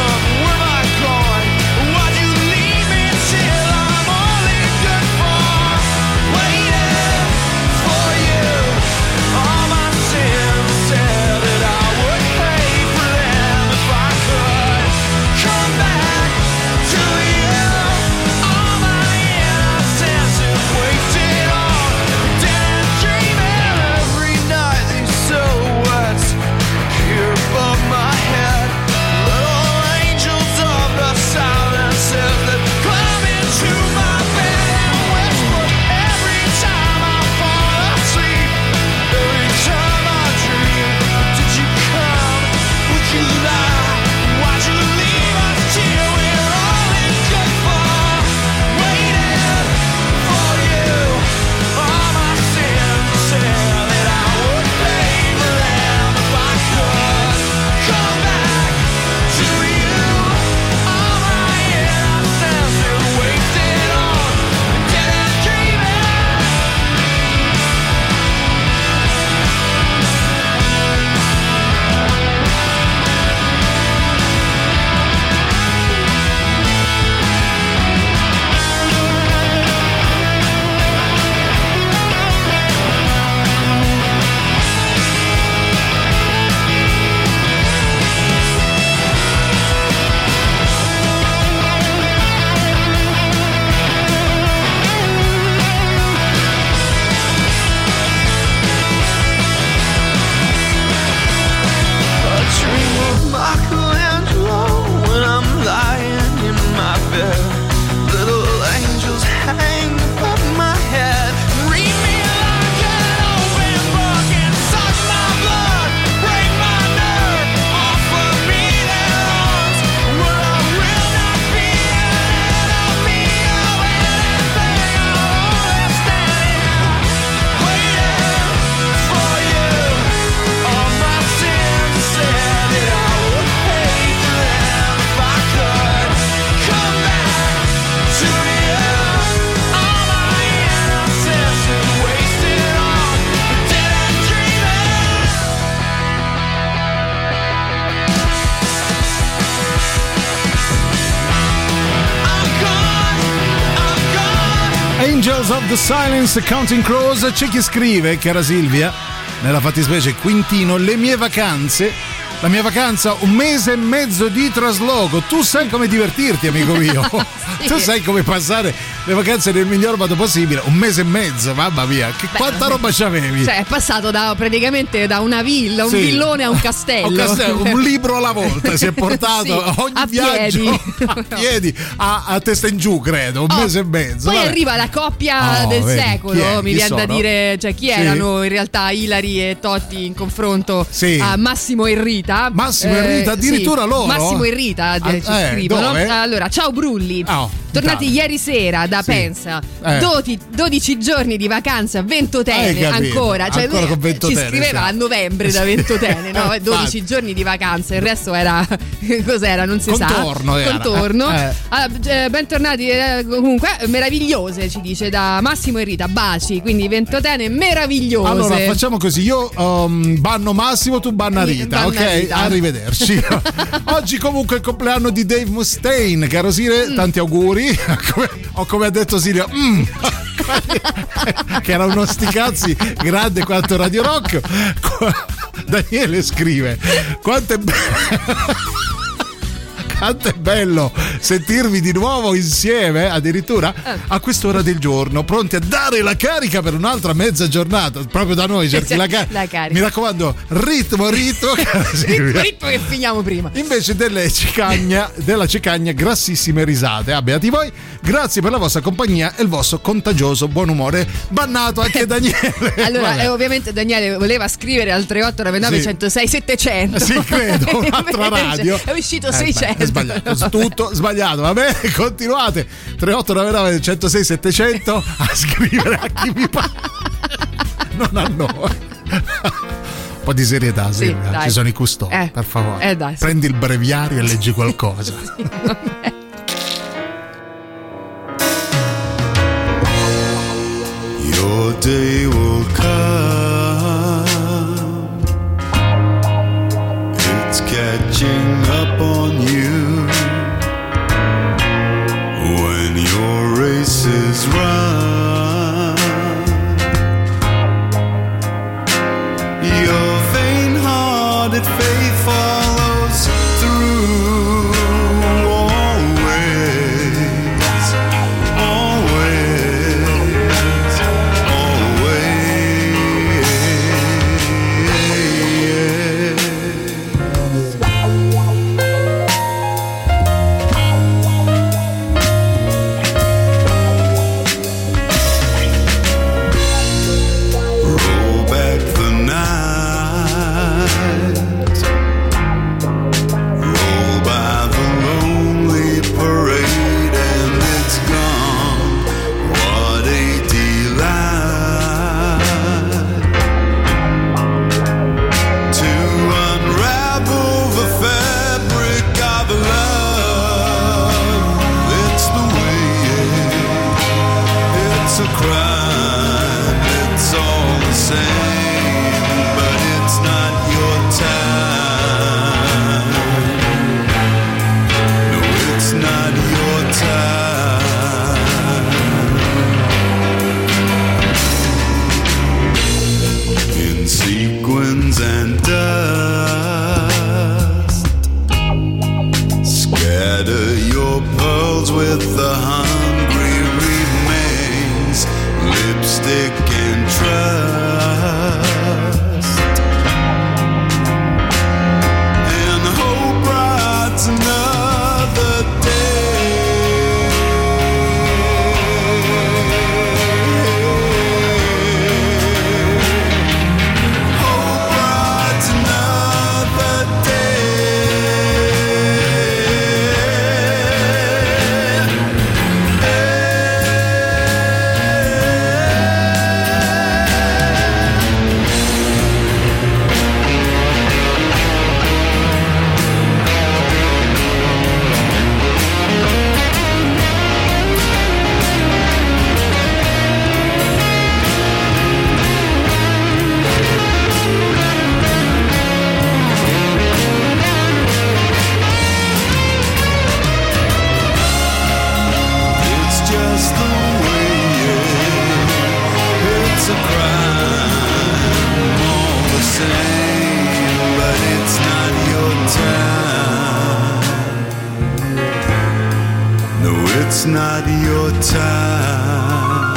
Killers of the Silence, Counting Crows. C'è chi scrive, cara Silvia, nella fattispecie Quintino, la mia vacanza, 1 mese e mezzo di trasloco. Tu sai come divertirti, amico mio. Sì. Tu sai come passare le vacanze nel miglior modo possibile. 1 mese e mezzo, mamma mia, quanta roba c'avevi? Cioè, è passato praticamente da una villa, un villone a un castello. Un libro alla volta si è portato sì, ogni viaggio a piedi, a testa in giù, credo. 1 mese e mezzo. Poi arriva la coppia del secolo, mi viene da dire, cioè chi erano in realtà Ilari e Totti in confronto a Massimo e Rita. Massimo e Rita, addirittura loro? Massimo e Rita ci scrivono. Dove? Allora, ciao Brulli. Tornati ieri sera da Pensa, 12 giorni di vacanza a Ventotene ancora. Cioè ancora con Ventotene, ci scriveva a novembre da Ventotene, no? 12 giorni di vacanza, il resto era cos'era? Non si Contorno sa. Contorno. Allora, bentornati comunque, meravigliose ci dice da Massimo e Rita, baci, quindi Ventotene meravigliose. Allora facciamo così, io banno Massimo, tu banna Rita, ok? Rita. Arrivederci. Oggi comunque è il compleanno di Dave Mustaine, caro Sire, tanti auguri. O come ha detto Silvia, che era uno sticazzi grande quanto Radio Rock. Daniele scrive: quanto è bello sentirvi di nuovo insieme, addirittura a quest'ora del giorno, pronti a dare la carica per un'altra mezza giornata. Proprio da noi cerchi la carica. Mi raccomando, ritmo ritmo che finiamo prima. Invece della cicagna grassissime risate. Beati voi, grazie per la vostra compagnia e il vostro contagioso buon umore. Bannato anche Daniele. Allora ovviamente Daniele voleva scrivere al 3899 106 700. Sì, credo, un'altra radio. È uscito 600. Sbagliato, tutto sbagliato. Vabbè, continuate 3899 106 700 a scrivere a chi vi pare, non a noi. Un po' di serietà, sì, ci sono i custodi, per favore. Dai, prendi il breviario e leggi qualcosa. Sì, vabbè. Your day will come. It's catching up on you. When your race is run, your faint-hearted faith follows through. it's a crime, all the same, but it's not your time. No, it's not your time.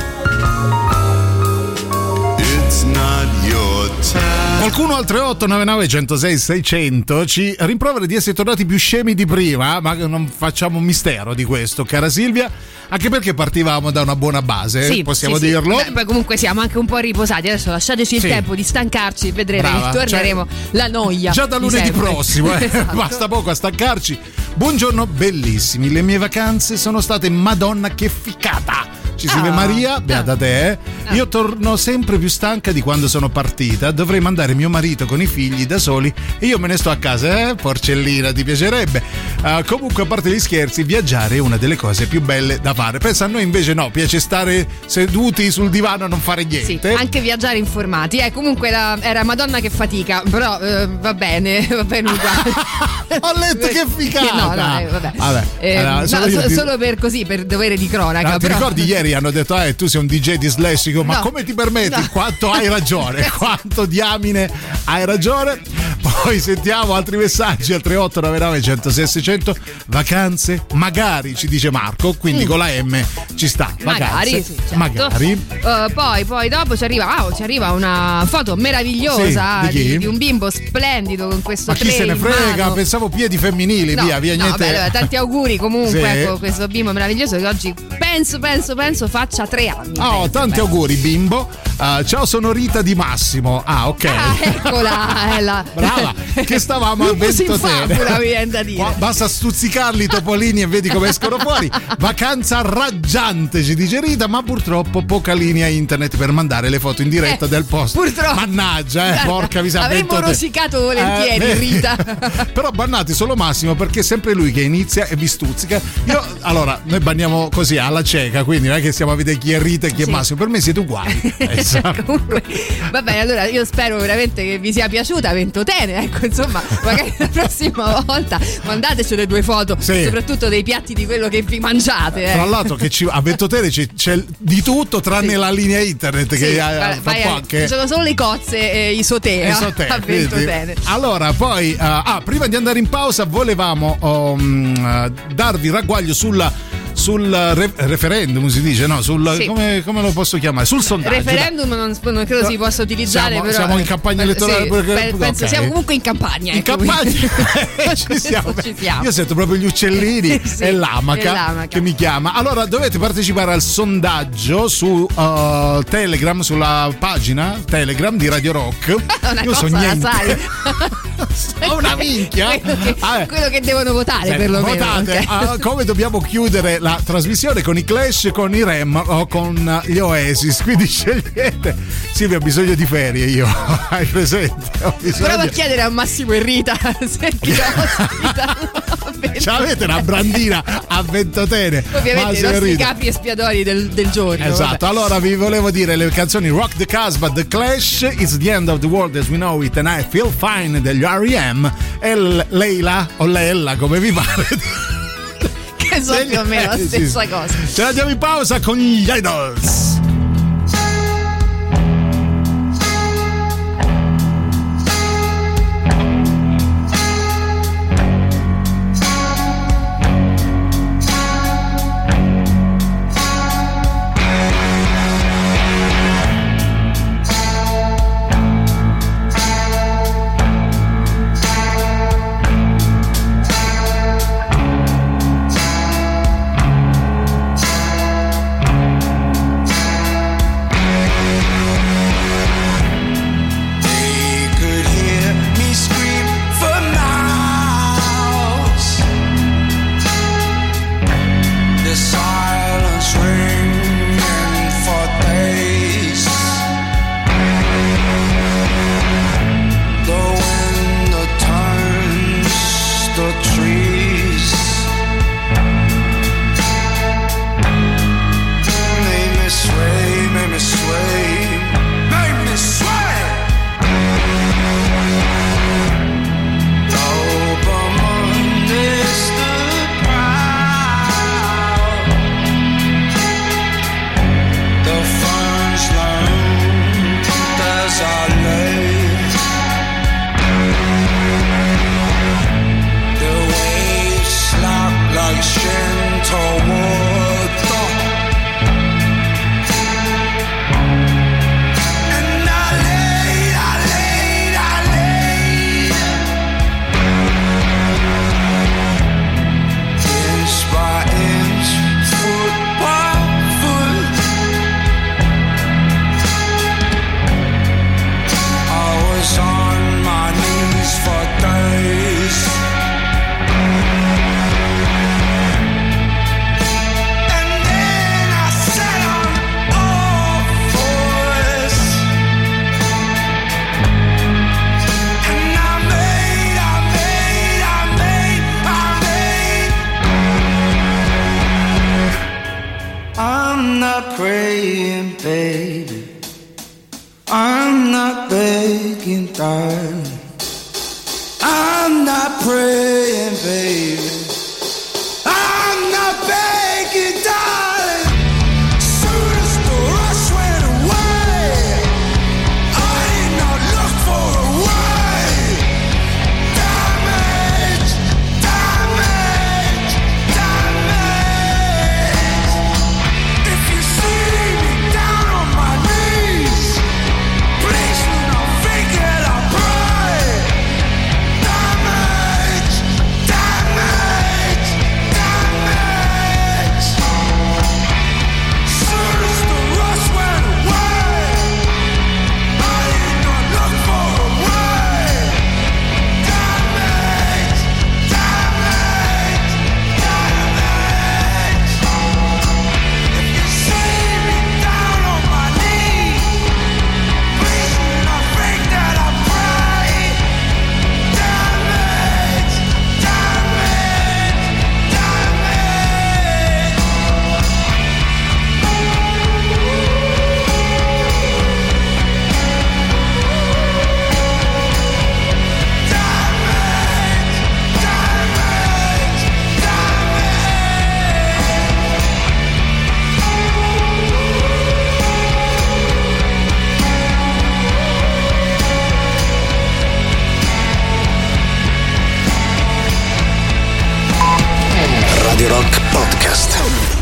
It's not your time. Qualcuno al 3899 106 600 ci rimprovera di essere tornati più scemi di prima, ma non facciamo mistero di questo, cara Silvia, anche perché partivamo da una buona base, sì, possiamo sì, dirlo. Beh, poi comunque siamo anche un po' riposati, adesso lasciateci il tempo di stancarci, vedrete che torneremo la noia. Già da lunedì prossimo, esatto. Basta poco a stancarci. Buongiorno bellissimi, le mie vacanze sono state Madonna che ficata. Ci scrive Maria, beata te. Io torno sempre più stanca di quando sono partita. Dovrei mandare mio marito con i figli da soli e io me ne sto a casa, porcellina, ti piacerebbe? Comunque, a parte gli scherzi, viaggiare è una delle cose più belle da fare. Pensa, a noi invece no, piace stare seduti sul divano a non fare niente. Sì, anche viaggiare informati. Comunque era Madonna che fatica, però va bene uguale. Ho letto che ficata. Vabbè. Solo per così, per dovere di cronaca. Ti ricordi ieri hanno detto tu sei un DJ dislessico, ma come ti permetti? Quanto hai ragione, quanto diamine hai ragione. Poi sentiamo altri messaggi al 3899 106 600. Vacanze magari, ci dice Marco, quindi con la M ci sta. Magari, sì, certo. Magari. Poi dopo ci arriva una foto meravigliosa di un bimbo splendido con questo tray. Ma chi se ne frega? Mano. Pensavo piedi femminili, via niente. Vabbè, tanti auguri comunque, sì. Ecco, questo bimbo meraviglioso che oggi penso faccia 3 anni. Tanti auguri bimbo. Ciao, sono Rita Di Massimo. Ok. Eccola. Brava, che stavamo a Ventotene. Basta stuzzicarli i topolini e vedi come escono fuori. Vacanza raggiante, ci dice Rita, ma purtroppo poca linea internet per mandare le foto in diretta del post. Purtroppo. Mannaggia, porca miseria. Avremmo rosicato volentieri Rita. Però bannate solo Massimo, perché è sempre lui che inizia e vi stuzzica. Noi banniamo così alla cieca, quindi non è che stiamo a vedere chi è Rita e chi è Massimo. Per me siete uguali. Comunque, va bene, allora io spero veramente che vi sia piaciuta Ventotene, ecco, insomma, magari la prossima volta mandateci le 2 foto, soprattutto dei piatti di quello che vi mangiate. Tra l'altro che a Ventotene c'è di tutto tranne la linea internet che ci sono solo le cozze e i sauté a Ventotene. Allora, poi prima di andare in pausa volevamo darvi ragguaglio sul referendum, si dice, no? Come lo posso chiamare? Sul sondaggio. Referendum non credo si possa utilizzare, però siamo in campagna elettorale. Penso siamo comunque in campagna. In campagna ci siamo. Io sento proprio gli uccellini e l'amaca che mi chiama. Allora dovete partecipare al sondaggio su Telegram, sulla pagina Telegram di Radio Rock. Io so niente. Ho una minchia. Quello che devono votare, perlomeno. Votate. Come dobbiamo chiudere la trasmissione, con i Clash, con i Rem o con gli Oasis, quindi scegliete. Silvia, ho bisogno di ferie io. Hai presente? Prova a chiedere a Massimo e Rita se ti ce l'avete una brandina a Ventotene. Ovviamente i nostri capi espiatori del giorno. Esatto. Allora vi volevo dire le canzoni Rock the Casbah, The Clash, It's the End of the World as We Know It and I Feel Fine degli R.E.M. e Leila o Lella, come vi pare, che sono più o meno la stessa cosa. Ce la diamo in pausa con gli Idols. time. I'm not praying, baby. I'm not begging, darling. Soon as the rush went away, I did not look for a way. Damage, damage, damage. If you see me down on my knees, please do not think that I pray. Damage, damage, damage. Soon as the rush went away, I did not look for a way. Damage, damage, damage. If you see me down on my knees, please do not think that I pray. Damage, damage, damage. Radio Rock Podcast.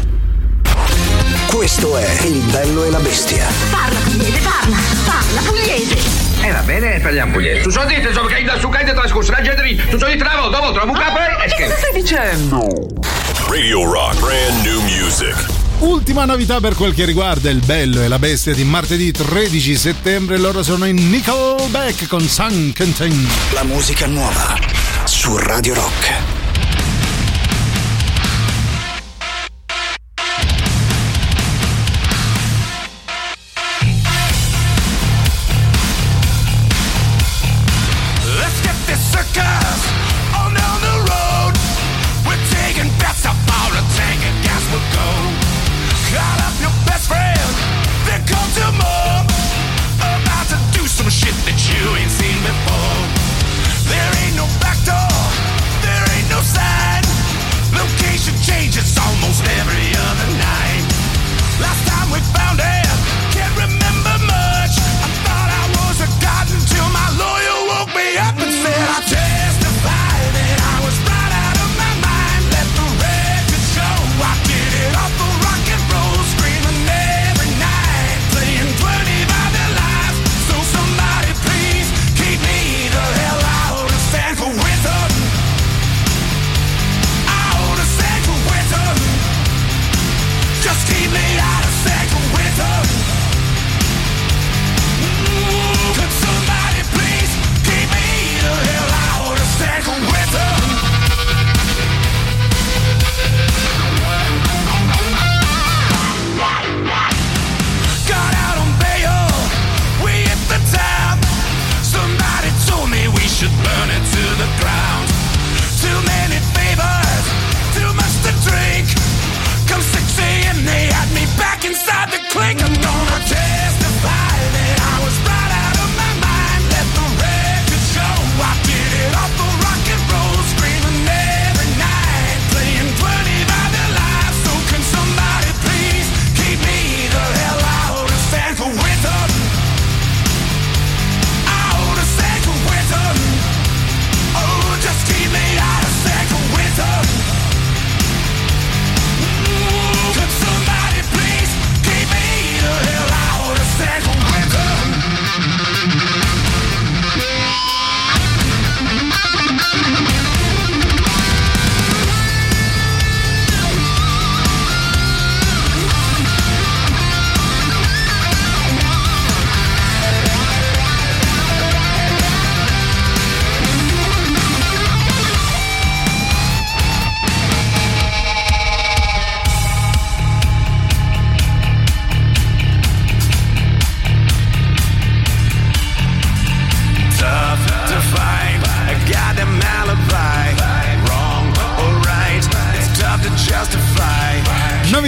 Questo è Il Bello e la Bestia. Parla pugliese, parla pugliese. Va bene, parliamo pugliese. Tu sono dite, insomma, che da su che trascorso la gente lì. Tu sono dite una volta, un capo e Che stai dicendo? Radio Rock, brand new music. Ultima novità per quel che riguarda Il Bello e la Bestia di martedì 13 settembre. Loro sono in Nickelback con Sunken Thing. La musica nuova su Radio Rock. Let's get this circus on down the road. We're taking bets about a tank of gas will go. Call up your best friend, then come to mom. About to do some shit that you ain't seen before. There ain't no back door, there ain't no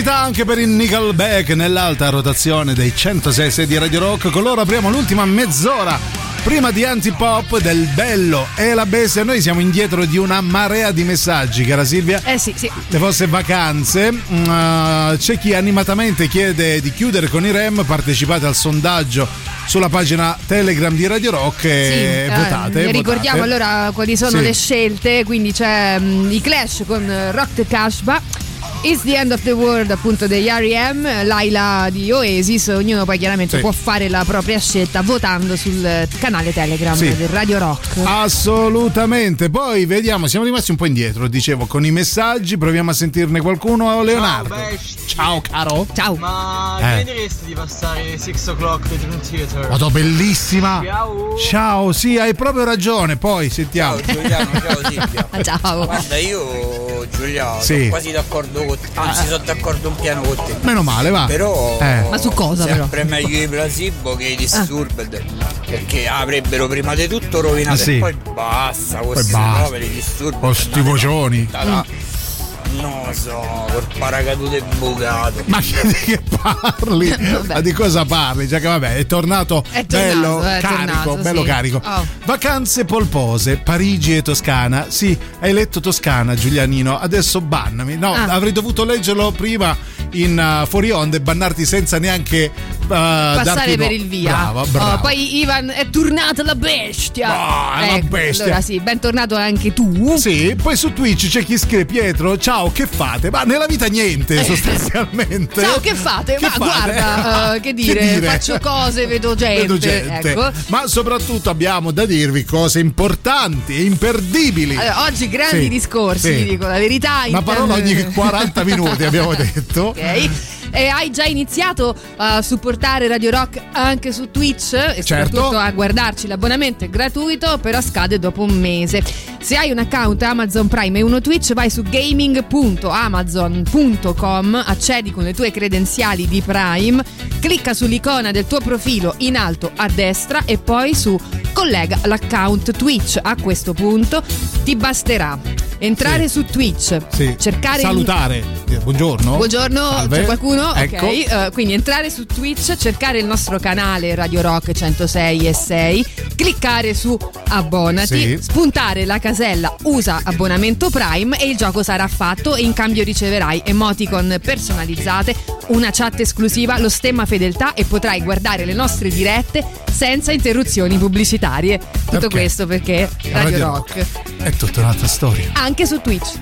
Novità anche per il Nickelback nell'alta rotazione dei 106 di Radio Rock. Con loro apriamo l'ultima mezz'ora prima di Antipop del Bello e la Bestia. Noi siamo indietro di una marea di messaggi, cara Silvia. Sì. Le vostre vacanze. C'è chi animatamente chiede di chiudere con i REM. Partecipate al sondaggio sulla pagina Telegram di Radio Rock e votate. Ricordiamo allora quali sono le scelte. Quindi c'è i Clash con Rock the Casbah, It's the End of the World appunto degli R.E.M., Laila di Oasis. Ognuno poi chiaramente può fare la propria scelta votando sul canale Telegram del Radio Rock. Assolutamente. Poi vediamo, siamo rimasti un po' indietro, dicevo, con i messaggi. Proviamo a sentirne qualcuno. Leonardo, ciao caro. Ciao. Ma che ne diresti di passare 6 o'clock di Dream Theater? Vado, bellissima. Ciao, sì, hai proprio ragione. Poi sentiamo. Ciao Giuliano, ciao Silvia. Ciao. Guarda, io Giuliano sono quasi d'accordo con te, anzi sono d'accordo un piano con te. Meno male, va. Però ma su cosa sempre meglio i Placebo che i Disturbed, perché avrebbero prima di tutto rovinato e poi basta, questi poveri Disturbed. Con sti vocioni. Non lo so, col paracadute bucato. Ma di che parli? Ma di cosa parli? Già che vabbè, è tornato bello carico. Vacanze polpose, Parigi e Toscana. Sì, hai letto Toscana, Giulianino. Adesso bannami. No, avrei dovuto leggerlo prima in fuori onda e bannarti senza neanche passare per il via. Bravo. Poi Ivan, è tornata la bestia. La bestia. Allora sì, bentornato anche tu. Sì, poi su Twitch c'è chi scrive: Pietro, ciao, che fate? Ma nella vita niente, sostanzialmente. Ciao, che fate? Guarda, che dire, faccio cose, vedo gente. Ecco. Ma soprattutto abbiamo da dirvi cose importanti e imperdibili. Allora, oggi grandi discorsi, vi dico la verità. Una parola ogni 40 minuti abbiamo detto. Ok. E hai già iniziato a supportare Radio Rock anche su Twitch e soprattutto a guardarci. L'abbonamento è gratuito, però scade dopo un mese. Se hai un account Amazon Prime e uno Twitch, vai su gaming.amazon.com, accedi con le tue credenziali di Prime, clicca sull'icona del tuo profilo in alto a destra e poi su collega l'account Twitch. A questo punto ti basterà entrare su Twitch, cercare salutare, buongiorno, salve. C'è qualcuno? Ecco. Ok, quindi entrare su Twitch, cercare il nostro canale Radio Rock 106.6, cliccare su abbonati, spuntare la casella usa abbonamento Prime e il gioco sarà fatto e in cambio riceverai emoticon personalizzate, una chat esclusiva, lo stemma fedeltà e potrai guardare le nostre dirette senza interruzioni pubblicitarie. Tutto questo perché Radio Rock è tutta un'altra storia. Anche su Twitch.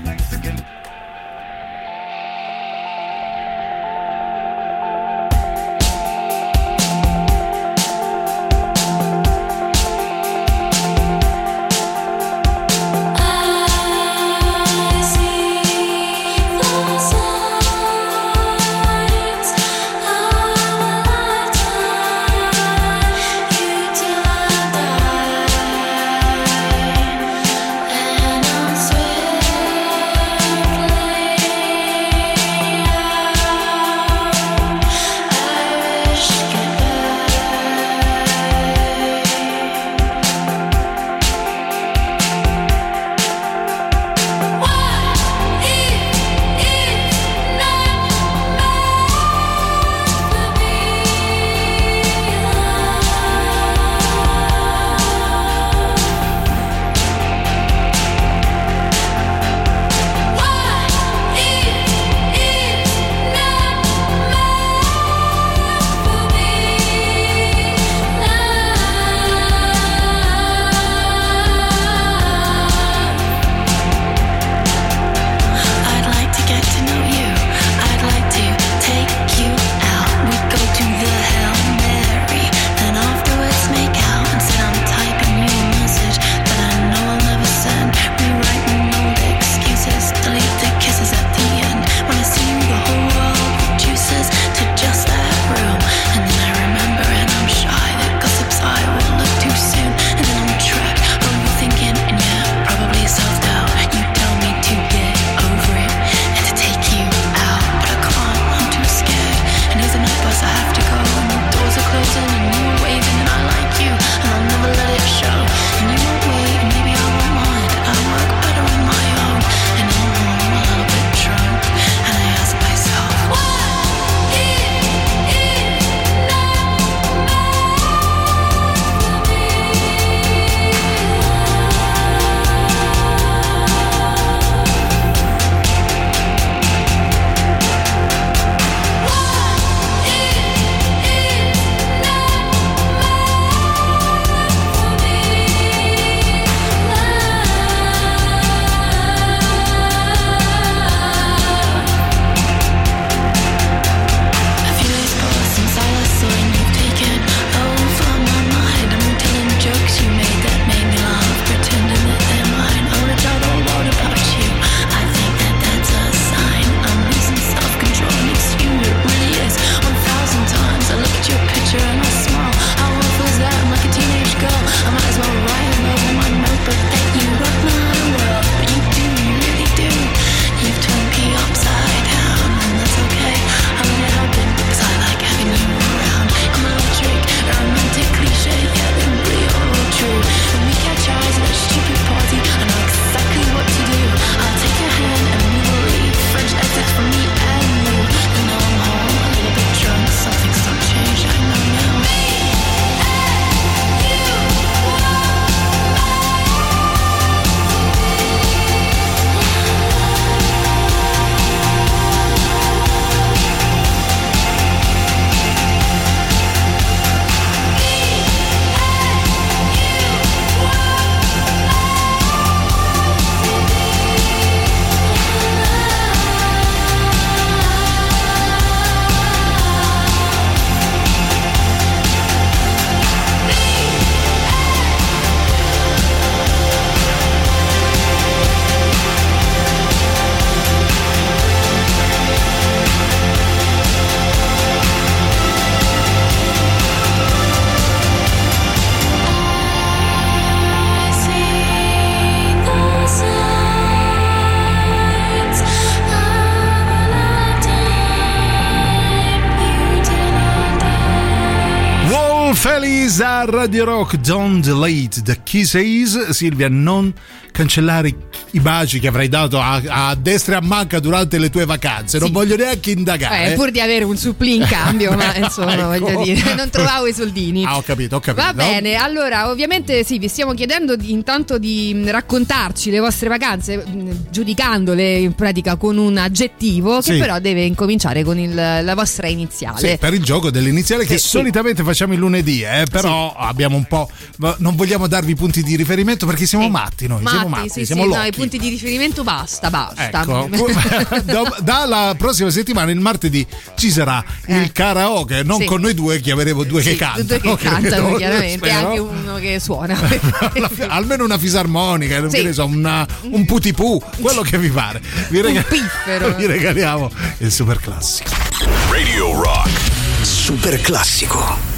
Feliz a Radio Rock, don't delete the kisses. Silvia, non cancellare i baci che avrai dato a destra e a manca durante le tue vacanze. Non voglio neanche indagare. Pur di avere un supplì in cambio, ma insomma, voglio dire, non trovavo i soldini. Ho capito. Va bene, allora, ovviamente sì, vi stiamo chiedendo intanto di raccontarci le vostre vacanze, giudicandole in pratica con un aggettivo che però deve incominciare con la vostra iniziale. Sì, per il gioco dell'iniziale che solitamente facciamo il lunedì, però abbiamo un po'. Non vogliamo darvi punti di riferimento perché siamo matti noi. Siamo matti, siamo lochi. No, i punti di riferimento basta. Ecco, dalla prossima settimana, il martedì, ci sarà il karaoke, non con noi due, che avremo due che cantano. Due che cantano, chiaramente, e anche uno che suona. Almeno una fisarmonica, non ne so, un putipù, quello che vi pare. Vi regaliamo il super classico. Radio Rock Super classico.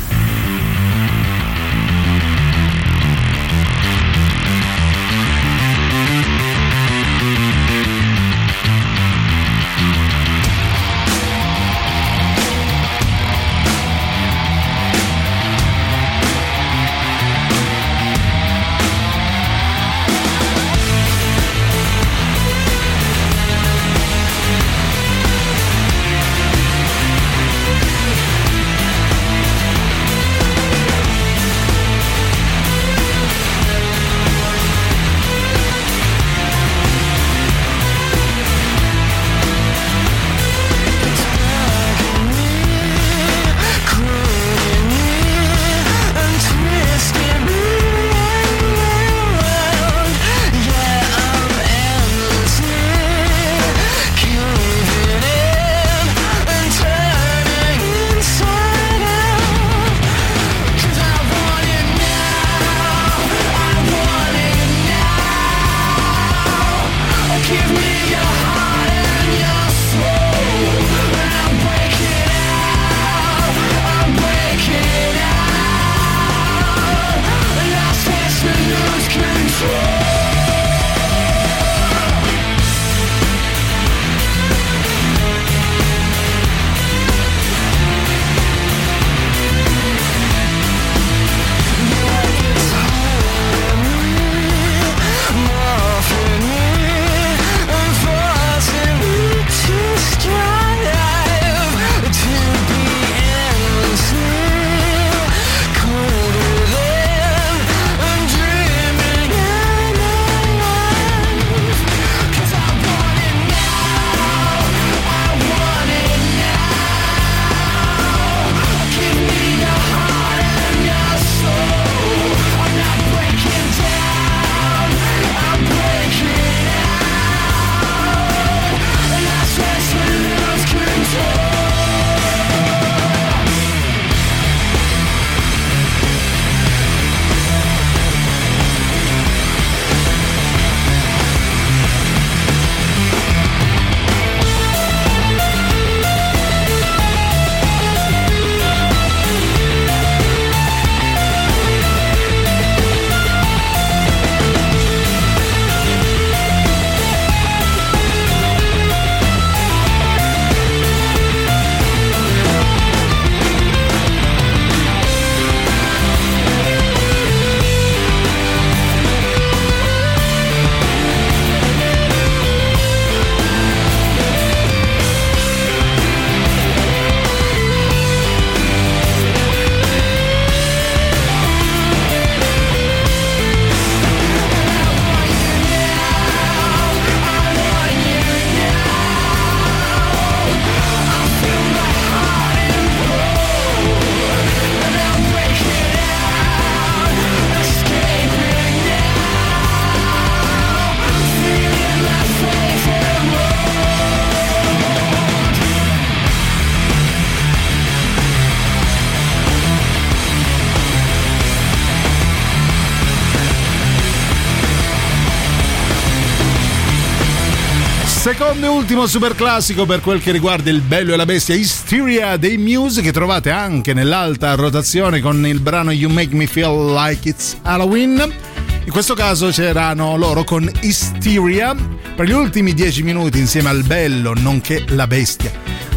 Secondo e ultimo super classico per quel che riguarda il Bello e la Bestia, Hysteria dei Muse, che trovate anche nell'alta rotazione con il brano You Make Me Feel Like It's Halloween. In questo caso c'erano loro con Hysteria per gli ultimi 10 minuti insieme al Bello nonché la Bestia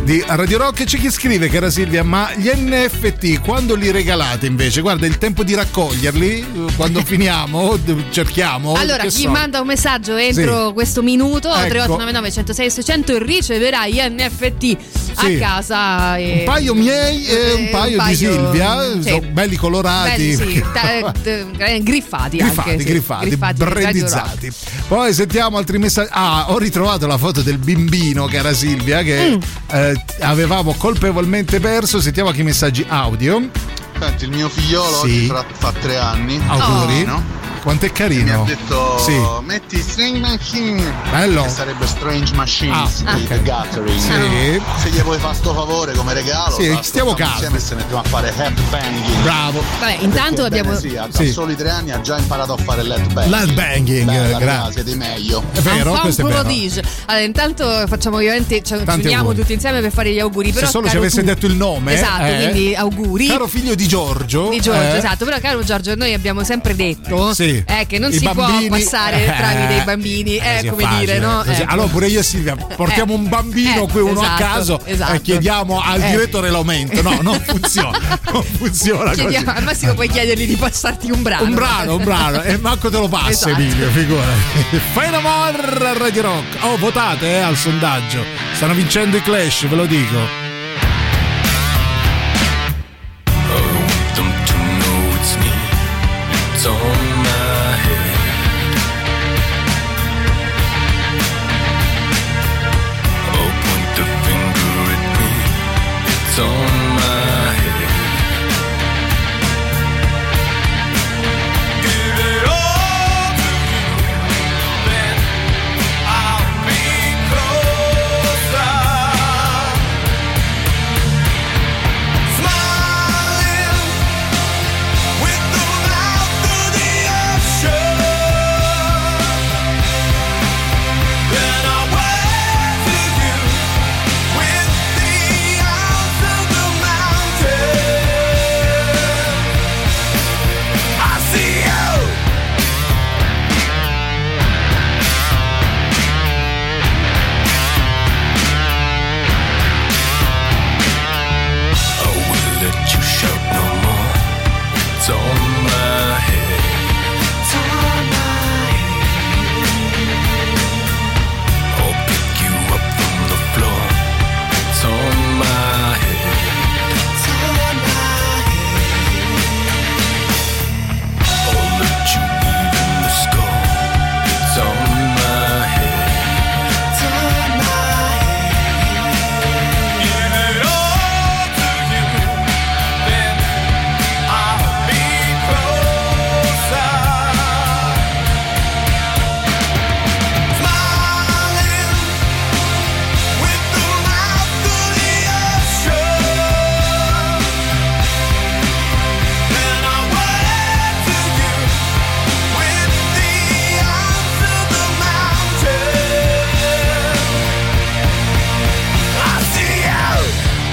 di Radio Rock. C'è chi scrive, cara Silvia, ma gli NFT quando li regalate invece? Guarda, è il tempo di raccoglierli, quando finiamo cerchiamo. Allora, chi manda un messaggio entro questo minuto, ecco. 3899 106 600, riceverà gli NFT a casa. Un paio miei e un paio di Silvia, sono belli colorati. Griffati anche. Griffati, brandizzati. Poi sentiamo altri messaggi. Ho ritrovato la foto del bimbino, cara Silvia, che avevamo colpevolmente perso. Sentiamo anche i messaggi audio. Senti, il mio figliolo oggi fa 3 anni. Auguri. No? Quanto è carino. Mi ha detto metti Strange Machine. Bello. Che sarebbe Strange Machines di The Gathering. Sì. Se gli vuoi fare sto favore come regalo, stiamo calmi insieme e se mettiamo a fare headbanging. Bravo. Vabbè, intanto abbiamo da soli 3 anni ha già imparato a fare l'headbanging. Grazie. Siete meglio. È vero, questo è vero. Allora, intanto facciamo ovviamente ci uniamo tutti insieme per fare gli auguri. Però, se solo ci avesse detto il nome. Esatto, quindi auguri. Caro figlio di Giorgio. Esatto, però caro Giorgio, noi abbiamo sempre detto che non si può passare tramite i bambini, come facile, dire, no? Allora pure io e Silvia portiamo un bambino qui uno a caso e chiediamo al direttore l'aumento. No, non funziona. Non funziona così. Al massimo puoi chiedergli di passarti un brano. Un brano e manco te lo passa, Emilio, figurati. Fai un amore a Radio Rock. Votate al sondaggio. Stanno vincendo i Clash, ve lo dico. It's on my head. Oh, point the finger at me. It's on my head. Give it all to you, then I'll be closer. Smiling with the mouth of the ocean. Then I'll wave to you with the arms of the mountain. I see you. I will let you shout no more. It's on my head. It's on my head. I'll pick you up from the floor. It's on my head. It's on my head. I'll let you even the score. It's on my head. It's on my head. Give it all to you, then I'll be closer. Smiling with the mouth of the ocean. Then I'll wave to you with the arms of the mountain. I see you.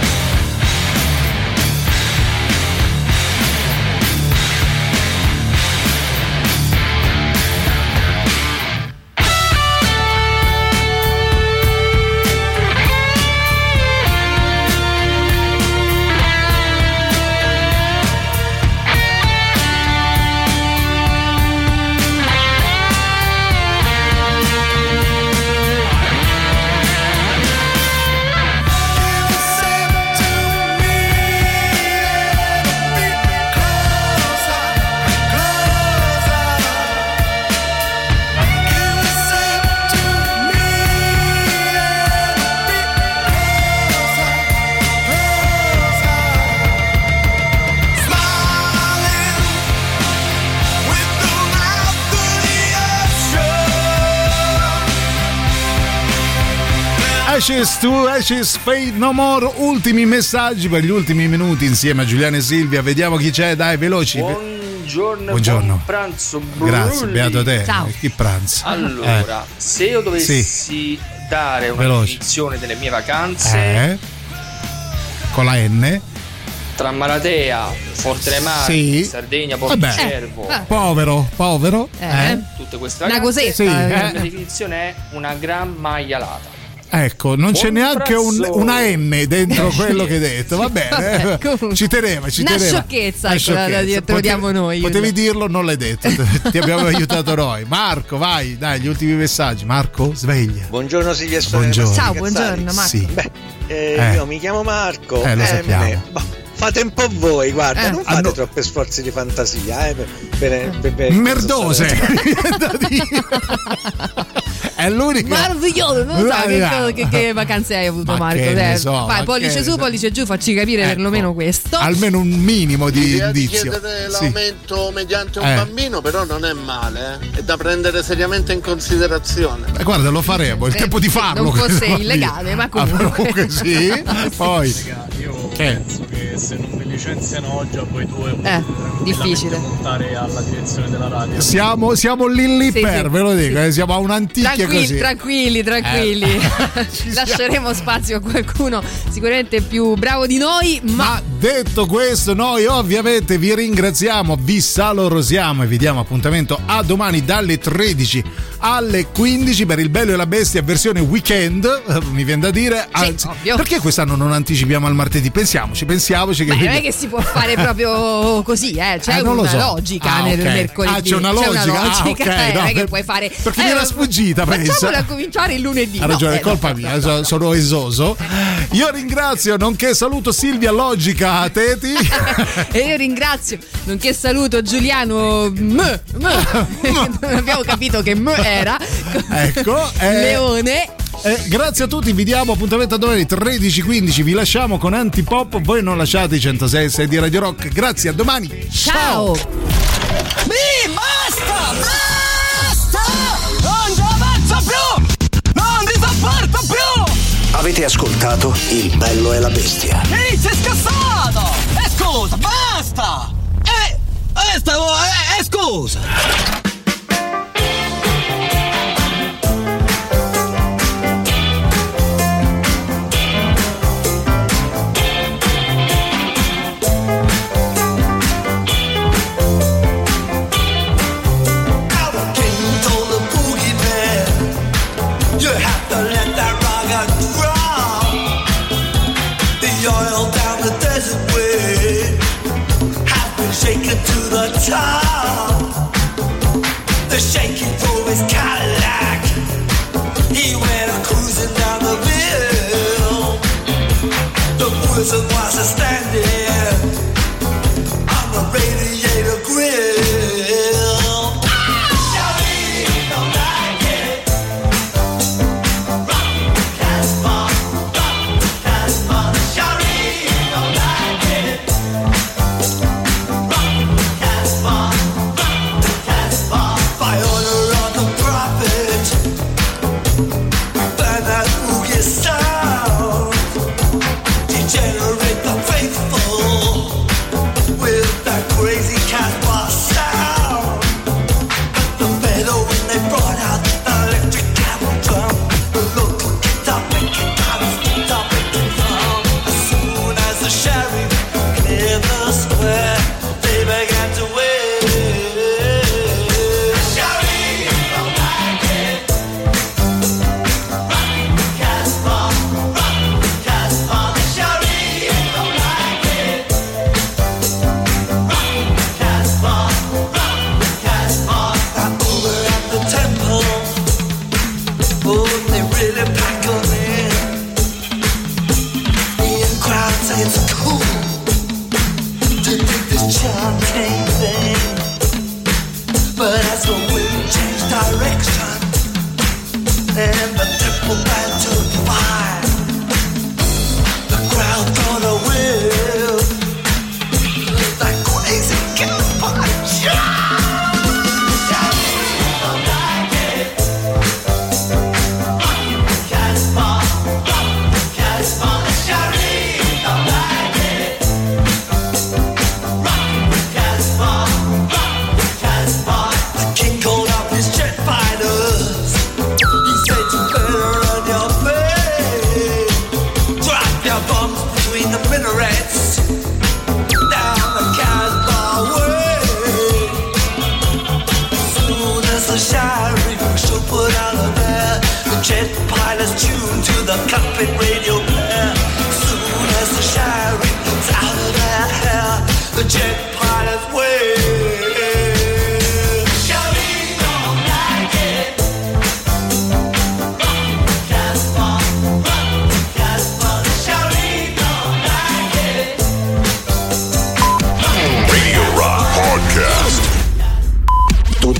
Ashes to Ashes, Fade No More. Ultimi messaggi per gli ultimi minuti insieme a Giuliano e Silvia. Vediamo chi c'è, dai, veloci. Buongiorno. Buon pranzo. Grazie, beato te. Ciao. Chi pranza? Allora, se io dovessi dare una Veloce. definizione delle mie vacanze, con la N. tra Maratea, Forte dei Marmi, Sardegna, Portocervo, povero, tutte queste vacanze, una cosetta. la mia definizione è una gran maialata. Ecco, non c'è neanche una N dentro quello che hai detto, va bene. Vabbè, ci teneva. Una sciocchezza, te lo diamo noi. Potevi dirlo, non l'hai detto. Ti abbiamo aiutato noi. Marco, vai, dai, gli ultimi messaggi. Marco, sveglia. Buongiorno Silvia. Buongiorno. Ciao, buongiorno Marco. Sì. Io mi chiamo Marco. Lo sappiamo. Fate un po' voi, guarda, non fate troppi sforzi di fantasia, per merdose. È l'unica. Maraviglioso, non so che vacanze hai avuto, Marco. Vai, pollice su, pollice giù, facci capire perlomeno questo. Almeno un minimo di indizio. Chiedere l'aumento mediante un bambino, però non è male, è da prendere seriamente in considerazione. Guarda, lo faremo, è il tempo di farlo. Non fosse illegale, ma comunque. Sì. Poi io penso che se non mi licenziano oggi a voi due difficile montare alla direzione della radio. Siamo lì per, ve lo dico, siamo a un'anticchia così. Tranquilli. Lasceremo spazio a qualcuno sicuramente più bravo di noi, ma detto questo, noi ovviamente vi ringraziamo, vi salorosiamo e vi diamo appuntamento a domani dalle 13 alle 15 per il Bello e la Bestia versione weekend, mi viene da dire. Anzi, ovvio. Perché quest'anno non anticipiamo al martedì? Pensiamoci che non è che si può fare proprio così, c'è una logica nel mercoledì. C'è una logica. Non è che puoi fare perché mi era sfuggita, pensa. Facciamola cominciare il lunedì. Ha ragione, è colpa mia, sono esoso. Io ringrazio, nonché saluto Silvia Logica Teti. E io ringrazio, nonché saluto Giuliano non abbiamo capito che era. Ecco, Leone. Grazie a tutti, vi diamo appuntamento a domani 13:15, vi lasciamo con Antipop, voi non lasciate i 106 di Radio Rock. Grazie, a domani. Ciao. Basta! Non ci avanzo più! Non ti sopporto più! Avete ascoltato Il Bello e la Bestia? Ehi, sei scassato! Scusa, basta! Scusa! Shaking to the top, the shaking for his Cadillac. He went cruising down the hill. The wizard was standing on the radiator grill.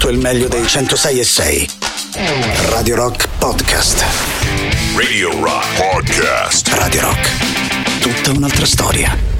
il meglio dei 106.6. Radio Rock Podcast. Radio Rock Podcast. Radio Rock. Tutta un'altra storia.